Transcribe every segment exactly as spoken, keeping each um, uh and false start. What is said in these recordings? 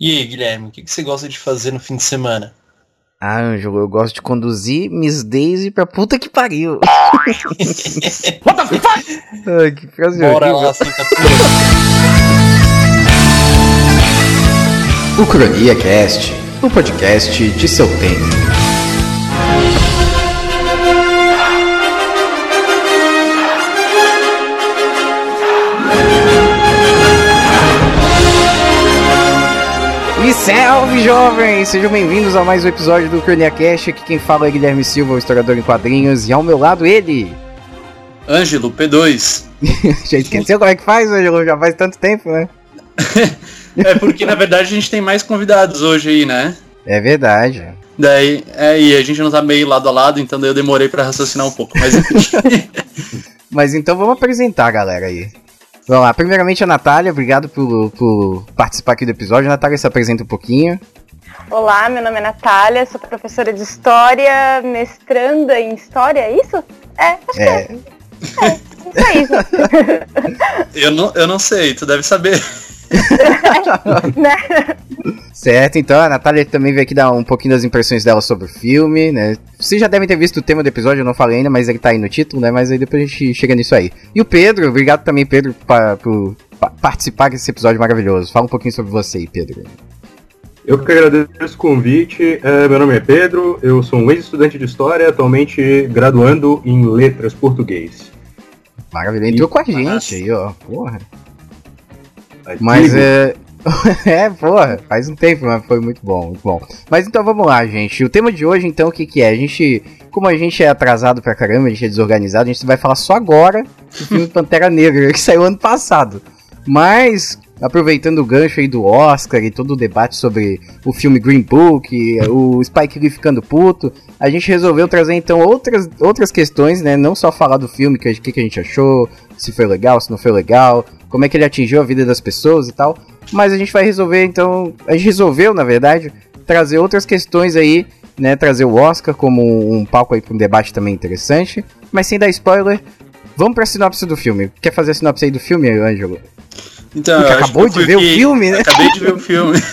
E aí, Guilherme, o que você gosta de fazer no fim de semana? Ah, Ângelo, eu gosto de conduzir Miss Daisy pra puta que pariu. What the fuck? Ai, que frase Bora horrível. lá, senta tudo. O Cronia Cast, o podcast de seu tempo. E salve, jovens! Sejam bem-vindos a mais um episódio do Cronia Cast. Aqui quem fala é Guilherme Silva, o historiador em quadrinhos, e ao meu lado ele... Ângelo, P dois. Já esqueceu como é que faz, Ângelo? Já faz tanto tempo, né? É porque, na verdade, a gente tem mais convidados hoje aí, né? É verdade. Daí, é, e a gente não tá meio lado a lado, então daí eu demorei pra raciocinar um pouco, mas... Mas então vamos apresentar a galera aí. Vamos lá, primeiramente a Natália, obrigado por, por participar aqui do episódio. Natália, se apresenta um pouquinho. Olá, meu nome é Natália, sou professora de História, mestranda em História, é isso? É, acho É. que é. É, isso aí, gente. eu, não, eu não sei, tu deve saber. Né? Certo, então a Natália também veio aqui dar um pouquinho das impressões dela sobre o filme, né? Vocês já devem ter visto o tema do episódio, eu não falei ainda, mas ele tá aí no título, né? Mas aí depois a gente chega nisso aí. E o Pedro, obrigado também, Pedro, pa, por pa, participar desse episódio maravilhoso. Fala um pouquinho sobre você aí, Pedro. Eu que agradeço o convite. É, meu nome é Pedro, eu sou um ex-estudante de História, atualmente graduando em Letras Português. Maravilha, entrou com a gente Massa. aí, ó, porra. Aqui, Mas é... é, porra, faz um tempo, mas foi muito bom, muito bom. Mas então vamos lá, gente. O tema de hoje, então, o que que é? A gente, como a gente é atrasado pra caramba, a gente é desorganizado, a gente vai falar só agora do filme Pantera Negra, que saiu ano passado. Mas, aproveitando o gancho aí do Oscar e todo o debate sobre o filme Green Book, o Spike Lee ficando puto, a gente resolveu trazer então outras, outras questões, né? Não só falar do filme, o que, que, que a gente achou, se foi legal, se não foi legal, como é que ele atingiu a vida das pessoas e tal. Mas a gente vai resolver, então... A gente resolveu, na verdade, trazer outras questões aí, né? Trazer o Oscar como um palco aí para um debate também interessante. Mas sem dar spoiler, vamos pra sinopse do filme. Quer fazer a sinopse aí do filme, Ângelo? Então, Porque eu acho acabou que de foi ver o que- filme, né? Acabei de ver o filme.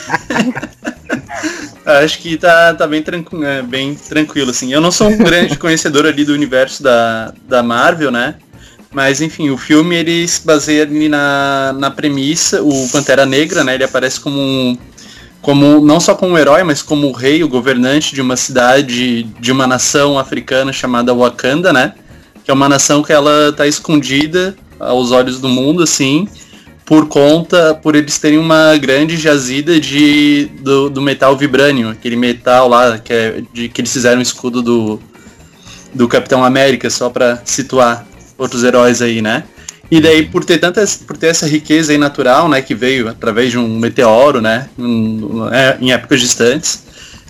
Acho que tá, tá bem, tranqu... é, bem tranquilo, assim. Eu não sou um grande conhecedor ali do universo da, da Marvel, né? Mas, enfim, o filme, ele se baseia ali na, na premissa, o Pantera Negra, né? Ele aparece como um... Como, não só como um herói, mas como o rei, o governante de uma cidade, de uma nação africana chamada Wakanda, né? Que é uma nação que ela tá escondida aos olhos do mundo, assim, por conta, por eles terem uma grande jazida de, do, do metal vibranium, aquele metal lá que, é, de, que eles fizeram o escudo do, do Capitão América, só pra situar outros heróis aí, né? E daí, por ter, tantas, por ter essa riqueza aí natural, né, que veio através de um meteoro, né, um, é, em épocas distantes,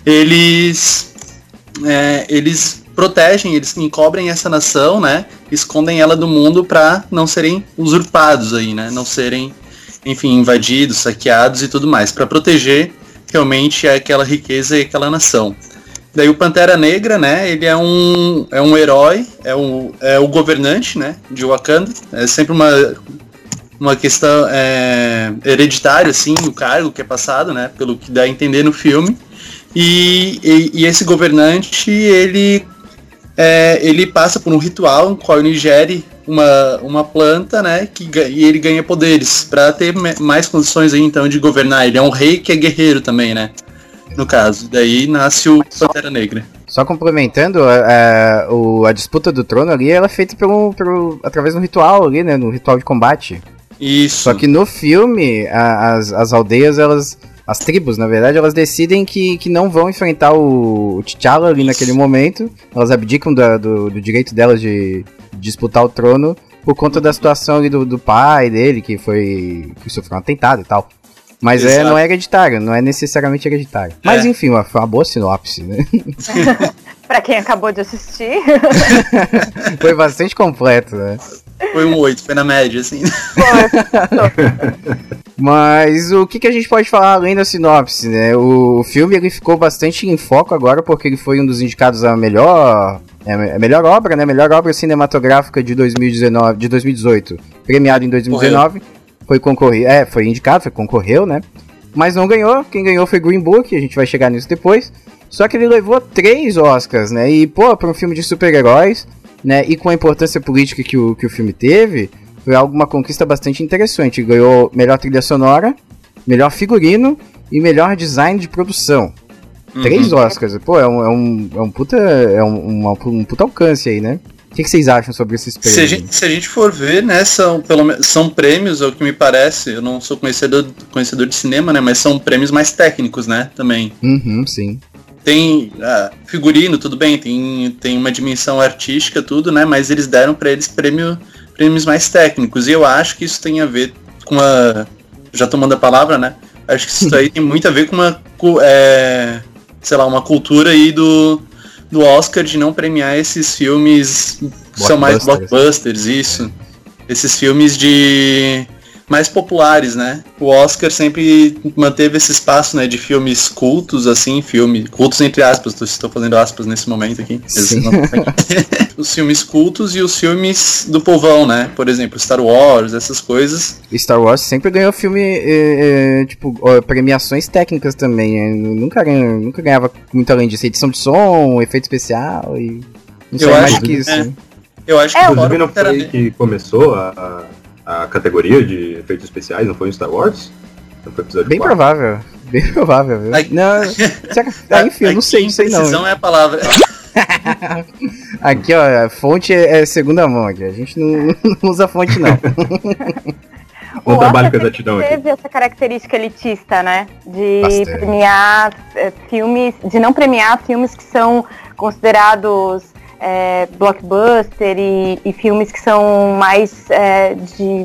eles, é, eles protegem, eles encobrem essa nação, né, escondem ela do mundo para não serem usurpados aí, né, não serem, enfim, invadidos, saqueados e tudo mais, para proteger realmente aquela riqueza e aquela nação. Daí o Pantera Negra, né, ele é um, é um herói, é o, é o governante, né, de Wakanda, é sempre uma, uma questão é, hereditária, assim, o cargo que é passado, né, pelo que dá a entender no filme, e, e, e esse governante, ele, é, ele passa por um ritual em qual ele ingere uma, uma planta, né, que, e ele ganha poderes, para ter mais condições aí, então, de governar. Ele é um rei que é guerreiro também, né, no caso. Daí nasce o Pantera Negra. Só complementando, a, a, o, a disputa do trono ali, ela é feita pelo, pelo, através de um ritual ali, né, no ritual de combate. Isso. Só que no filme, a, as, as aldeias, elas... As tribos, na verdade, elas decidem que, que não vão enfrentar o, o T'Challa ali naquele momento. Elas abdicam da, do, do direito delas de, de disputar o trono por conta da situação ali do, do pai dele, que foi que sofreu um atentado e tal. Mas é, não é hereditário, não é necessariamente hereditário. Mas É. enfim, uma, foi uma boa sinopse, né? Pra quem acabou de assistir. Foi bastante completo, né? Foi um oito, foi na média, assim. Mas o que, que a gente pode falar além da sinopse, né? O filme ele ficou bastante em foco agora porque ele foi um dos indicados a melhor, é, a melhor obra, né? Melhor obra cinematográfica de dois mil e dezenove, de dois mil e dezoito, premiado em dois mil e dezenove. Foi concorrer, é, foi indicado, foi concorreu, né? mas não ganhou. Quem ganhou foi Green Book, a gente vai chegar nisso depois. Só que ele levou três Oscars, né? E, pô, para um filme de super-heróis, né? E com a importância política que o, que o filme teve, foi alguma conquista bastante interessante. Ganhou melhor trilha sonora, melhor figurino e melhor design de produção. Uhum. Três Oscars, pô, é um, é um, é um puta, é um, uma, um puta alcance aí, né? O que, que vocês acham sobre esses prêmios? Se a gente, se a gente for ver, né, são, pelo, são prêmios, é o que me parece, eu não sou conhecedor, conhecedor de cinema, né, mas são prêmios mais técnicos, né, também. Uhum, sim. Tem ah, figurino, tudo bem, tem, tem uma dimensão artística, tudo, né, mas eles deram pra eles prêmio, prêmios mais técnicos, e eu acho que isso tem a ver com uma... Já tomando a palavra, né, acho que isso aí tem muito a ver com uma... É, sei lá, uma cultura aí do... do Oscar de não premiar esses filmes que são mais blockbusters, isso. É. Esses filmes de mais populares, né? O Oscar sempre manteve esse espaço, né, de filmes cultos, assim, filme cultos entre aspas, estou fazendo aspas nesse momento aqui. Os filmes cultos e os filmes do povão, né? Por exemplo, Star Wars, essas coisas. Star Wars sempre ganhou filme, é, é, tipo, ó, premiações técnicas também. É, nunca, nunca ganhava muito além disso. Edição de som, efeito especial e... Não sei mais do que isso. É, eu acho que... É, inclusive não foi aí que começou a, a categoria de efeitos especiais, não foi em Star Wars? Não foi episódio Bem quatro? provável. Bem provável, viu? Ai, não, ah, enfim, eu não sei, não sei não. Precisão é a palavra. Aqui, ó, a fonte é segunda mão aqui. A gente não, não usa fonte, não. Não trabalho com exatidão aqui. Teve essa característica elitista, né? De Bastante. premiar é, filmes, de não premiar filmes que são considerados é, blockbuster e, e filmes que são mais é, de...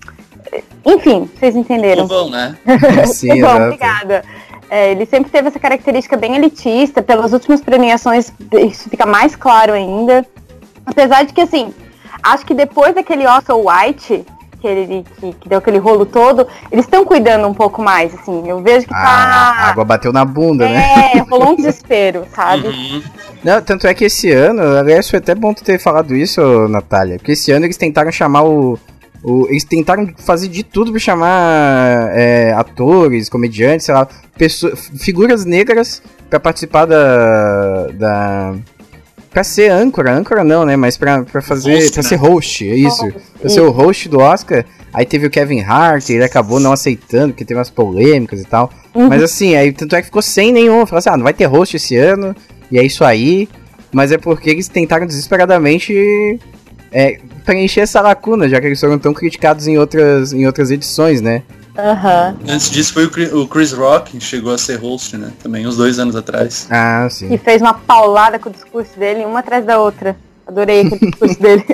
Enfim, vocês entenderam. Povão, né? Sim, Bom, exato. obrigada. É, ele sempre teve essa característica bem elitista. Pelas últimas premiações isso fica mais claro ainda. Apesar de que, assim, acho que depois daquele Oscar White, que, ele, que, que deu aquele rolo todo, eles estão cuidando um pouco mais, assim. Eu vejo que Ah, tá... a água bateu na bunda, né? É, rolou um desespero, sabe? Uhum. Não, tanto é que esse ano, aliás, foi até bom tu ter falado isso, Natália, porque esse ano eles tentaram chamar o... o eles tentaram fazer de tudo pra chamar é, atores, comediantes, sei lá, pessoas, figuras negras pra participar da... da pra ser âncora, âncora não, né, mas pra, pra fazer, Host, pra né? ser host, é isso, Host, pra ser o host do Oscar. Aí teve o Kevin Hart, ele acabou não aceitando, porque teve umas polêmicas e tal. Uhum. Mas assim, aí tanto é que ficou sem nenhum. Falou assim, ah, não vai ter host esse ano, e é isso aí. Mas é porque eles tentaram desesperadamente é, preencher essa lacuna, já que eles foram tão criticados em outras, em outras edições, né? Aham. Antes disso foi o Chris- o Chris Rock, que chegou a ser host, né? Também, uns dois anos atrás. Ah, E sim. fez uma paulada com o discurso dele, uma atrás da outra. Adorei aquele discurso dele.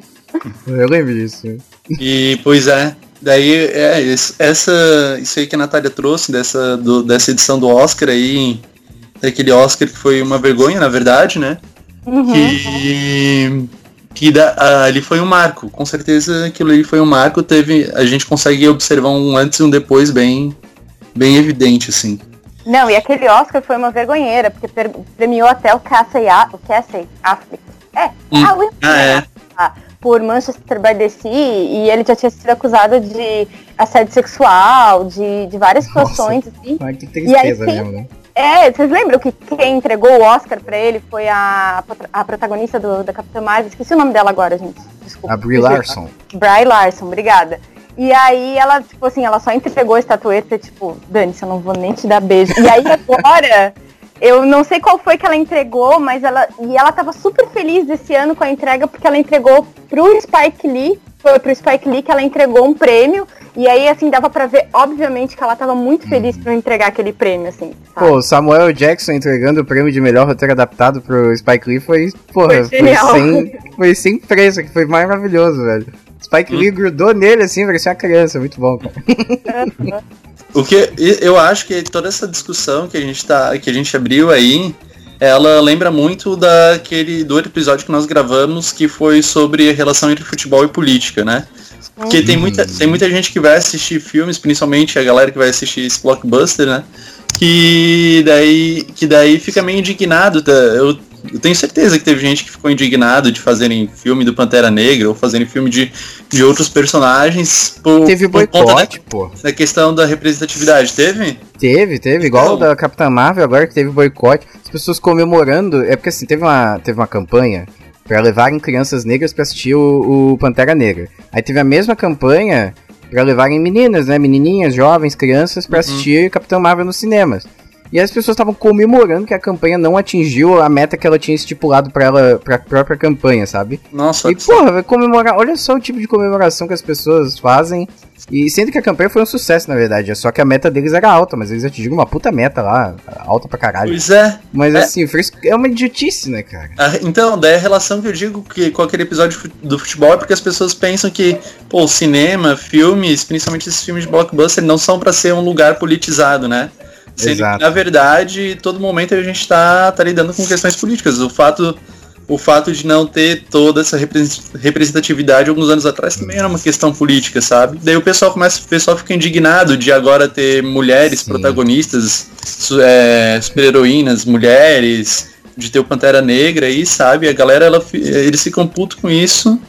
Eu lembro disso. E, pois é, daí, é, esse- essa, isso aí que a Natália trouxe, dessa, do- dessa edição do Oscar aí, daquele Oscar que foi uma vergonha, na verdade, né? Uhum. Que, que da, ah, ali foi um marco, com certeza aquilo ali foi um marco, teve, a gente consegue observar um antes e um depois bem, bem evidente, assim. Não, e aquele Oscar foi uma vergonheira, porque per- premiou até o Casey, A- o Casey Affleck. É, Hum. ah, o Ah, é. por Manchester by the Sea, e ele já tinha sido acusado de assédio sexual, de, de várias situações, assim. Ai, que E aí tristeza tem- mesmo, né? É, vocês lembram que quem entregou o Oscar pra ele foi a, a protagonista do, da Capitã Marvel? Esqueci o nome dela agora, gente. Desculpa. A Brie Larson. Brie Larson, obrigada. E aí ela, tipo assim, ela só entregou a estatueta, tipo, Dani-se, eu não vou nem te dar beijo. E aí agora, eu não sei qual foi que ela entregou, mas ela. E ela tava super feliz desse ano com a entrega, porque ela entregou pro Spike Lee, foi pro Spike Lee que ela entregou um prêmio. E aí, assim, dava pra ver, obviamente, que ela tava muito feliz por entregar aquele prêmio, assim, sabe? Pô, o Samuel Jackson entregando o prêmio de melhor roteiro adaptado pro Spike Lee foi, porra, Foi foi, genial. sem, foi sem preço, que foi maravilhoso, velho. Spike Lee grudou nele assim, parecia uma criança, muito bom, cara. O que eu acho que toda essa discussão que a gente tá, que a gente abriu aí, ela lembra muito daquele do outro episódio que nós gravamos, que foi sobre a relação entre futebol e política, né? Porque tem muita, tem muita gente que vai assistir filmes, principalmente a galera que vai assistir esse blockbuster, né? Que daí, que daí fica meio indignado. Tá? Eu, Eu tenho certeza que teve gente que ficou indignado de fazerem filme do Pantera Negra ou fazerem filme de, de outros personagens por, teve por conta boicote, da, pô. da questão da representatividade. Teve? Teve, teve. Igual Então, o da Capitã Marvel agora que teve boicote. As pessoas comemorando. É porque assim, teve uma, teve uma campanha pra levarem crianças negras pra assistir o, o Pantera Negra. Aí teve a mesma campanha pra levarem meninas, né? Menininhas, jovens, crianças pra uhum. assistir Capitã Marvel nos cinemas. E as pessoas estavam comemorando que a campanha não atingiu a meta que ela tinha estipulado pra ela, pra própria campanha, sabe? Nossa. E porra, vai comemorar, olha só o tipo de comemoração que as pessoas fazem. E sendo que a campanha foi um sucesso, na verdade. É só que a meta deles era alta, mas eles atingiram uma puta meta lá, alta pra caralho. Pois é. Mas é. assim, é uma idiotice, né, cara? Ah, então, daí a relação que eu digo que com aquele episódio do futebol é porque as pessoas pensam que, pô, o cinema, filmes, principalmente esses filmes de blockbuster, não são pra ser um lugar politizado, né? Sendo Exato. que, na verdade, todo momento a gente tá, tá lidando com questões políticas. O fato, o fato de não ter toda essa representatividade alguns anos atrás também era uma questão política, sabe? Daí o pessoal começa, o pessoal fica indignado de agora ter mulheres Sim. protagonistas, é, super-heroínas, mulheres, de ter o Pantera Negra aí, sabe? A galera, ela, eles ficam putos com isso.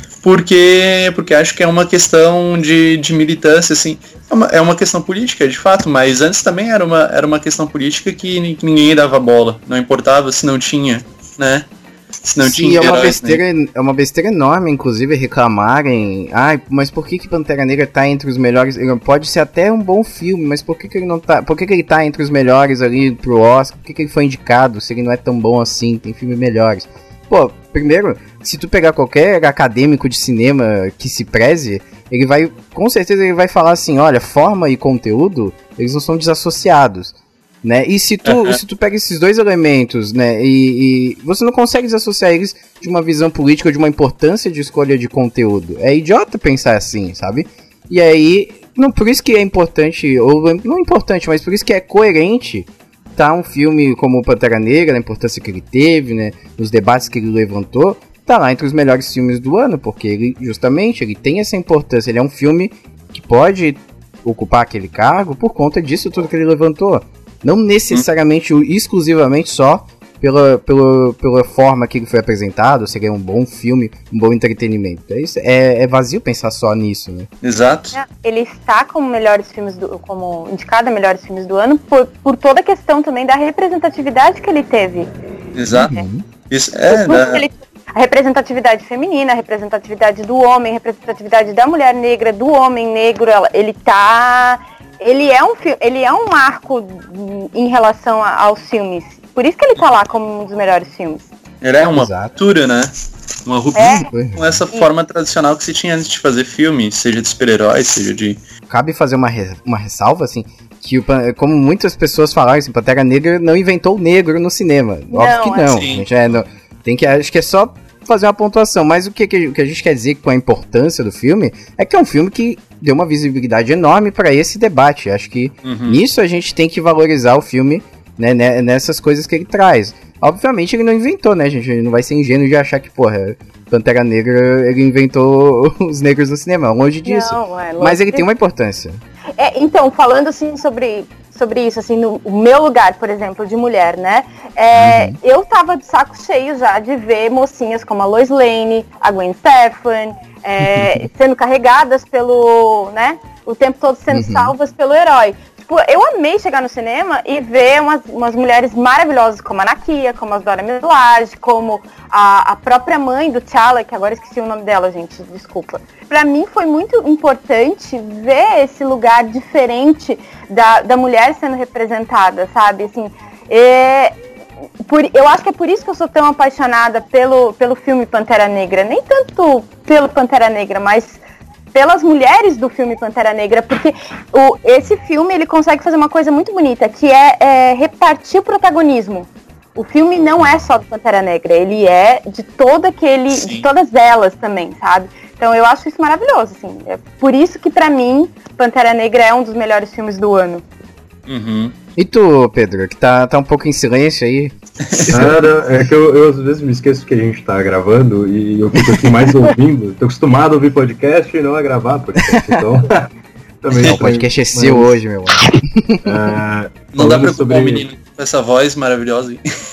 Porque, porque acho que é uma questão de, de militância, assim, é uma, é uma questão política, de fato, mas antes também era uma, era uma questão política que, que ninguém dava bola, não importava se não tinha, né? Se não Sim, tinha é uma, heróis, besteira, né? é uma besteira enorme, inclusive, reclamarem, ai, mas por que que Pantera Negra tá entre os melhores, pode ser até um bom filme, mas por que que ele não tá, por que que ele tá entre os melhores ali pro Oscar, por que que ele foi indicado, se ele não é tão bom assim, tem filmes melhores? Pô, primeiro, se tu pegar qualquer acadêmico de cinema que se preze, ele vai, com certeza ele vai falar assim, olha, forma e conteúdo, eles não são desassociados, né? E se tu, uhum. se tu pega esses dois elementos, né, e, e você não consegue desassociar eles de uma visão política ou de uma importância de escolha de conteúdo. É idiota pensar assim, sabe? E aí, não, por isso que é importante, ou não é importante, mas por isso que é coerente tá um filme como o Pantera Negra, a importância que ele teve, né, os debates que ele levantou, tá lá entre os melhores filmes do ano, porque ele, justamente, ele tem essa importância, ele é um filme que pode ocupar aquele cargo por conta disso tudo que ele levantou. Não necessariamente, hum. exclusivamente só pela, pela, pela forma que ele foi apresentado, seria um bom filme, um bom entretenimento. É, isso, é, é vazio pensar só nisso, né? Exato. Ele está como melhores filmes do, como indicado a melhores filmes do ano por, por toda a questão também da representatividade que ele teve. Exato. Uhum. Isso é, né? Ele, a representatividade feminina, a representatividade do homem, a representatividade da mulher negra, do homem negro, ela, ele tá... Ele é, um, ele é um marco em relação a, aos filmes. Por isso que ele tá lá como um dos melhores filmes. Ele é uma ruptura, né? Uma ruptura é. com essa e... forma tradicional que se tinha antes de fazer filme, seja de super-heróis, seja de... Cabe fazer uma, re... uma ressalva, assim, que o, como muitas pessoas falaram, assim, Pantera Negra não inventou o negro no cinema. Não, óbvio que não. Assim. Gente, é, não. Tem que, acho que é só fazer uma pontuação. Mas o que, que, o que a gente quer dizer com a importância do filme é que é um filme que deu uma visibilidade enorme para esse debate. Acho que uhum. nisso a gente tem que valorizar o filme, né, nessas coisas que ele traz. Obviamente ele não inventou, né, gente? Ele não vai ser ingênuo de achar que, porra, Pantera Negra, ele inventou os negros no cinema. Longe disso. Não, é, longe Mas ele de... tem uma importância. É, então, falando assim sobre, sobre isso, assim, no meu lugar, por exemplo, de mulher, né? É, uhum. Eu tava de saco cheio já de ver mocinhas como a Lois Lane, a Gwen Stefani, é, sendo carregadas pelo, né? O tempo todo sendo uhum. salvas pelo herói. Tipo, eu amei chegar no cinema e ver umas, umas mulheres maravilhosas como a Nakia, como a Dora Milaje, como a, a própria mãe do T'Challa, que agora esqueci o nome dela, gente, desculpa. Pra mim foi muito importante ver esse lugar diferente da, da mulher sendo representada, sabe? Assim, é, por, eu acho que é por isso que eu sou tão apaixonada pelo, pelo filme Pantera Negra. Nem tanto pelo Pantera Negra, mas pelas mulheres do filme Pantera Negra, porque o, esse filme ele consegue fazer uma coisa muito bonita, que é, é repartir o protagonismo. O filme não é só do Pantera Negra, ele é de todo aquele, Sim. de todas elas também, sabe? Então eu acho isso maravilhoso, assim. É por isso que pra mim Pantera Negra é um dos melhores filmes do ano. Uhum. E tu, Pedro, que tá, tá um pouco em silêncio aí? Cara, é que eu, eu às vezes me esqueço que a gente tá gravando e eu fico aqui mais ouvindo. Tô acostumado a ouvir podcast e não a gravar podcast, então... também não, o podcast é seu hoje, meu mano. É, não dá pra ocupar sobre... um menino com essa voz maravilhosa aí.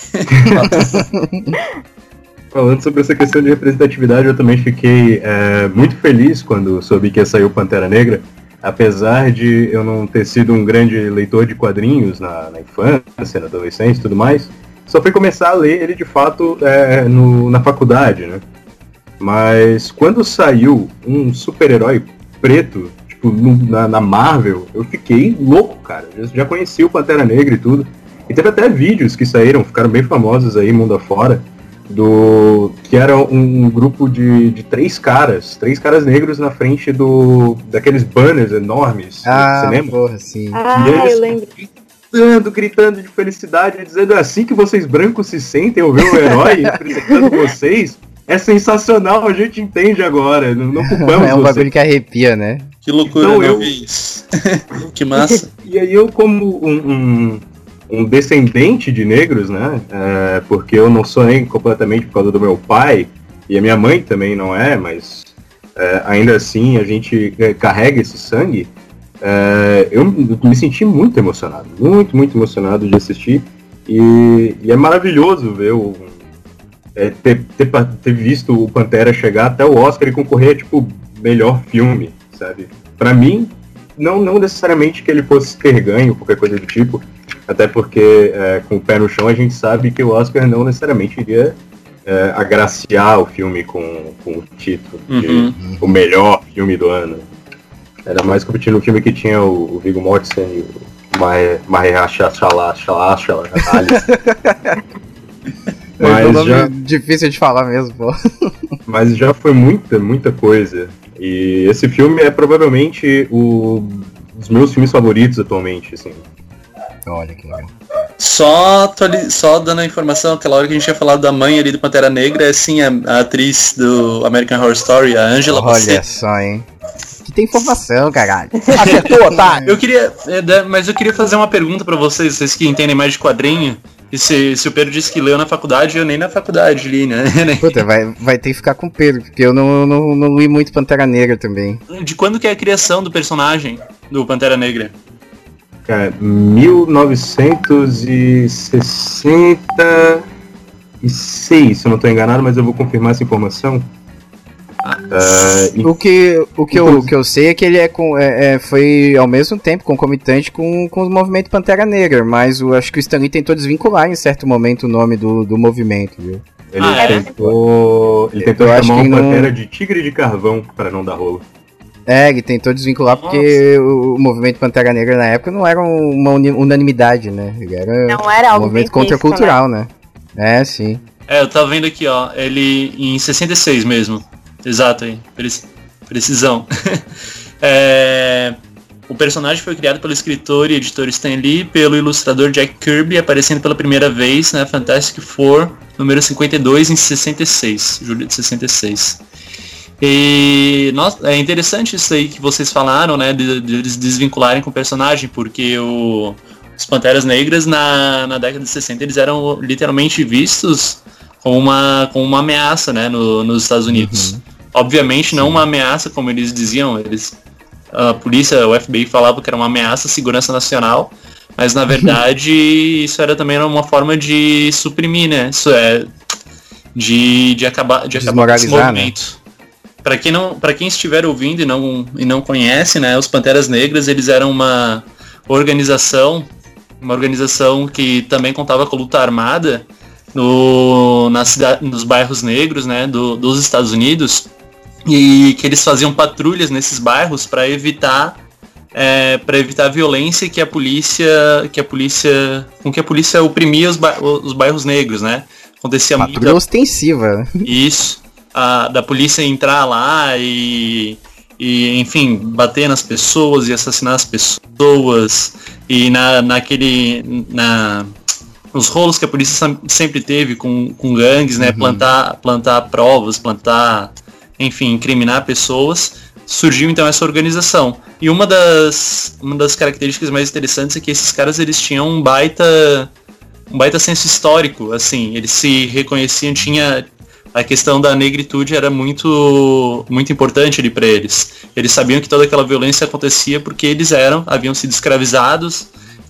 Falando sobre essa questão de representatividade, eu também fiquei é, muito feliz quando soube que ia sair o Pantera Negra, apesar de eu não ter sido um grande leitor de quadrinhos na, na infância, na adolescência e tudo mais. Só fui começar a ler ele de fato é, no, na faculdade, né? Mas quando saiu um super-herói preto, tipo, no, na, na Marvel, eu fiquei louco, cara. Eu já conheci o Pantera Negra e tudo. E teve até vídeos que saíram, ficaram bem famosos aí, mundo afora, do que era um, um grupo de, de três caras, três caras negros na frente do daqueles banners enormes ah, do cinema. Porra, sim. Ah, e eles eu lembro. Gritando, gritando de felicidade, dizendo assim que vocês brancos se sentem ao ver o herói representando vocês. É sensacional, a gente entende agora, não, não culpamos É um vocês. bagulho que arrepia, né? Que loucura, Então, não eu- vi isso. Que massa. E aí eu, como um, um, um descendente de negros, né, é, porque eu não sou nem completamente por causa do meu pai, e a minha mãe também não é, mas é, ainda assim a gente é, carrega esse sangue, é, eu me senti muito emocionado, muito, muito emocionado de assistir, e, e é maravilhoso ver o... É, ter, ter, pa- ter visto o Pantera chegar até o Oscar e concorrer a, tipo, melhor filme, sabe? Pra mim, não, não necessariamente que ele fosse ter ganho, qualquer coisa do tipo, até porque, é, com o pé no chão, a gente sabe que o Oscar não necessariamente iria é, agraciar o filme com, com o título de Uhum. o melhor filme do ano. Era mais competindo o filme que tinha o, o Viggo Mortensen e o Mahershala Ali. É um Mas nome já, difícil de falar mesmo, pô. mas já foi muita, muita coisa. E esse filme é provavelmente o, um dos meus filmes favoritos atualmente, assim. Olha que legal. Só, atuali- só dando a informação, aquela hora que a gente tinha falado da mãe ali do Pantera Negra, é sim a, a atriz do American Horror Story, a Angela Olha Bassett. só, hein. Que tem informação, caralho. Acertou, otário. Eu queria, é, da- mas eu queria fazer uma pergunta pra vocês, vocês que entendem mais de quadrinho. E se, se o Pedro disse que leu na faculdade, eu nem na faculdade li, né? Puta, vai, vai ter que ficar com o Pedro, porque eu não, não, não li muito Pantera Negra também. De quando que é a criação do personagem do Pantera Negra? Cara, mil novecentos e sessenta e seis, se eu não estou enganado, mas eu vou confirmar essa informação. Ah, e- O que, o que, eu, o que eu sei é que ele é com, é, é, foi ao mesmo tempo concomitante com, com o movimento Pantera Negra, mas eu acho que o Stan Lee tentou desvincular em certo momento o nome do, do movimento, viu? ele Ah, é? tentou, ele tentou Eu acho chamar que um não- Pantera de tigre de carvão para não dar rolo. É, ele tentou desvincular porque o, o movimento Pantera Negra na época não era uma uni- unanimidade, né? Ele era Não era um algo movimento bem visto, contracultural, né? É, sim. É, eu tava vendo aqui, ó, ele em sessenta e seis mesmo. Exato aí, preci- precisão. É, o personagem foi criado pelo escritor e editor Stan Lee, pelo ilustrador Jack Kirby, aparecendo pela primeira vez na Fantastic Four número cinquenta e dois em sessenta e seis, julho de sessenta e seis. E nossa, é interessante isso aí que vocês falaram, né, de, de eles desvincularem com o personagem, porque o, os Panteras Negras na, na década de sessenta eles eram literalmente vistos como uma, como uma ameaça, né, no, nos Estados Unidos. Uhum. Obviamente não uma ameaça como eles diziam, eles, a polícia, o F B I falava que era uma ameaça à segurança nacional, mas na verdade isso era também uma forma de suprimir, né, isso é, de, de acabar, de acabar com esse Desmoralizar, movimento. Para quem não, para quem estiver ouvindo e não, e não conhece, né, os Panteras Negras, eles eram uma organização, uma organização que também contava com luta armada no, na cidade, nos bairros negros, né, do, dos Estados Unidos, e que eles faziam patrulhas nesses bairros para evitar, é, para evitar a violência que a polícia, que a polícia, com que a polícia oprimia os, ba- os bairros negros, né? Acontecia muito Patrulha ostensiva. isso, a, da polícia entrar lá e, e, enfim, bater nas pessoas e assassinar as pessoas, e na, naquele, na, nos rolos que a polícia sam- sempre teve com, com gangues, né, Uhum. plantar, plantar provas, plantar, enfim, incriminar pessoas, surgiu então essa organização. E uma das, uma das características mais interessantes é que esses caras, eles tinham um baita, um baita senso histórico, assim, eles se reconheciam, tinha... A questão da negritude era muito, muito importante ali para eles. Eles sabiam que toda aquela violência acontecia porque eles eram, haviam sido escravizados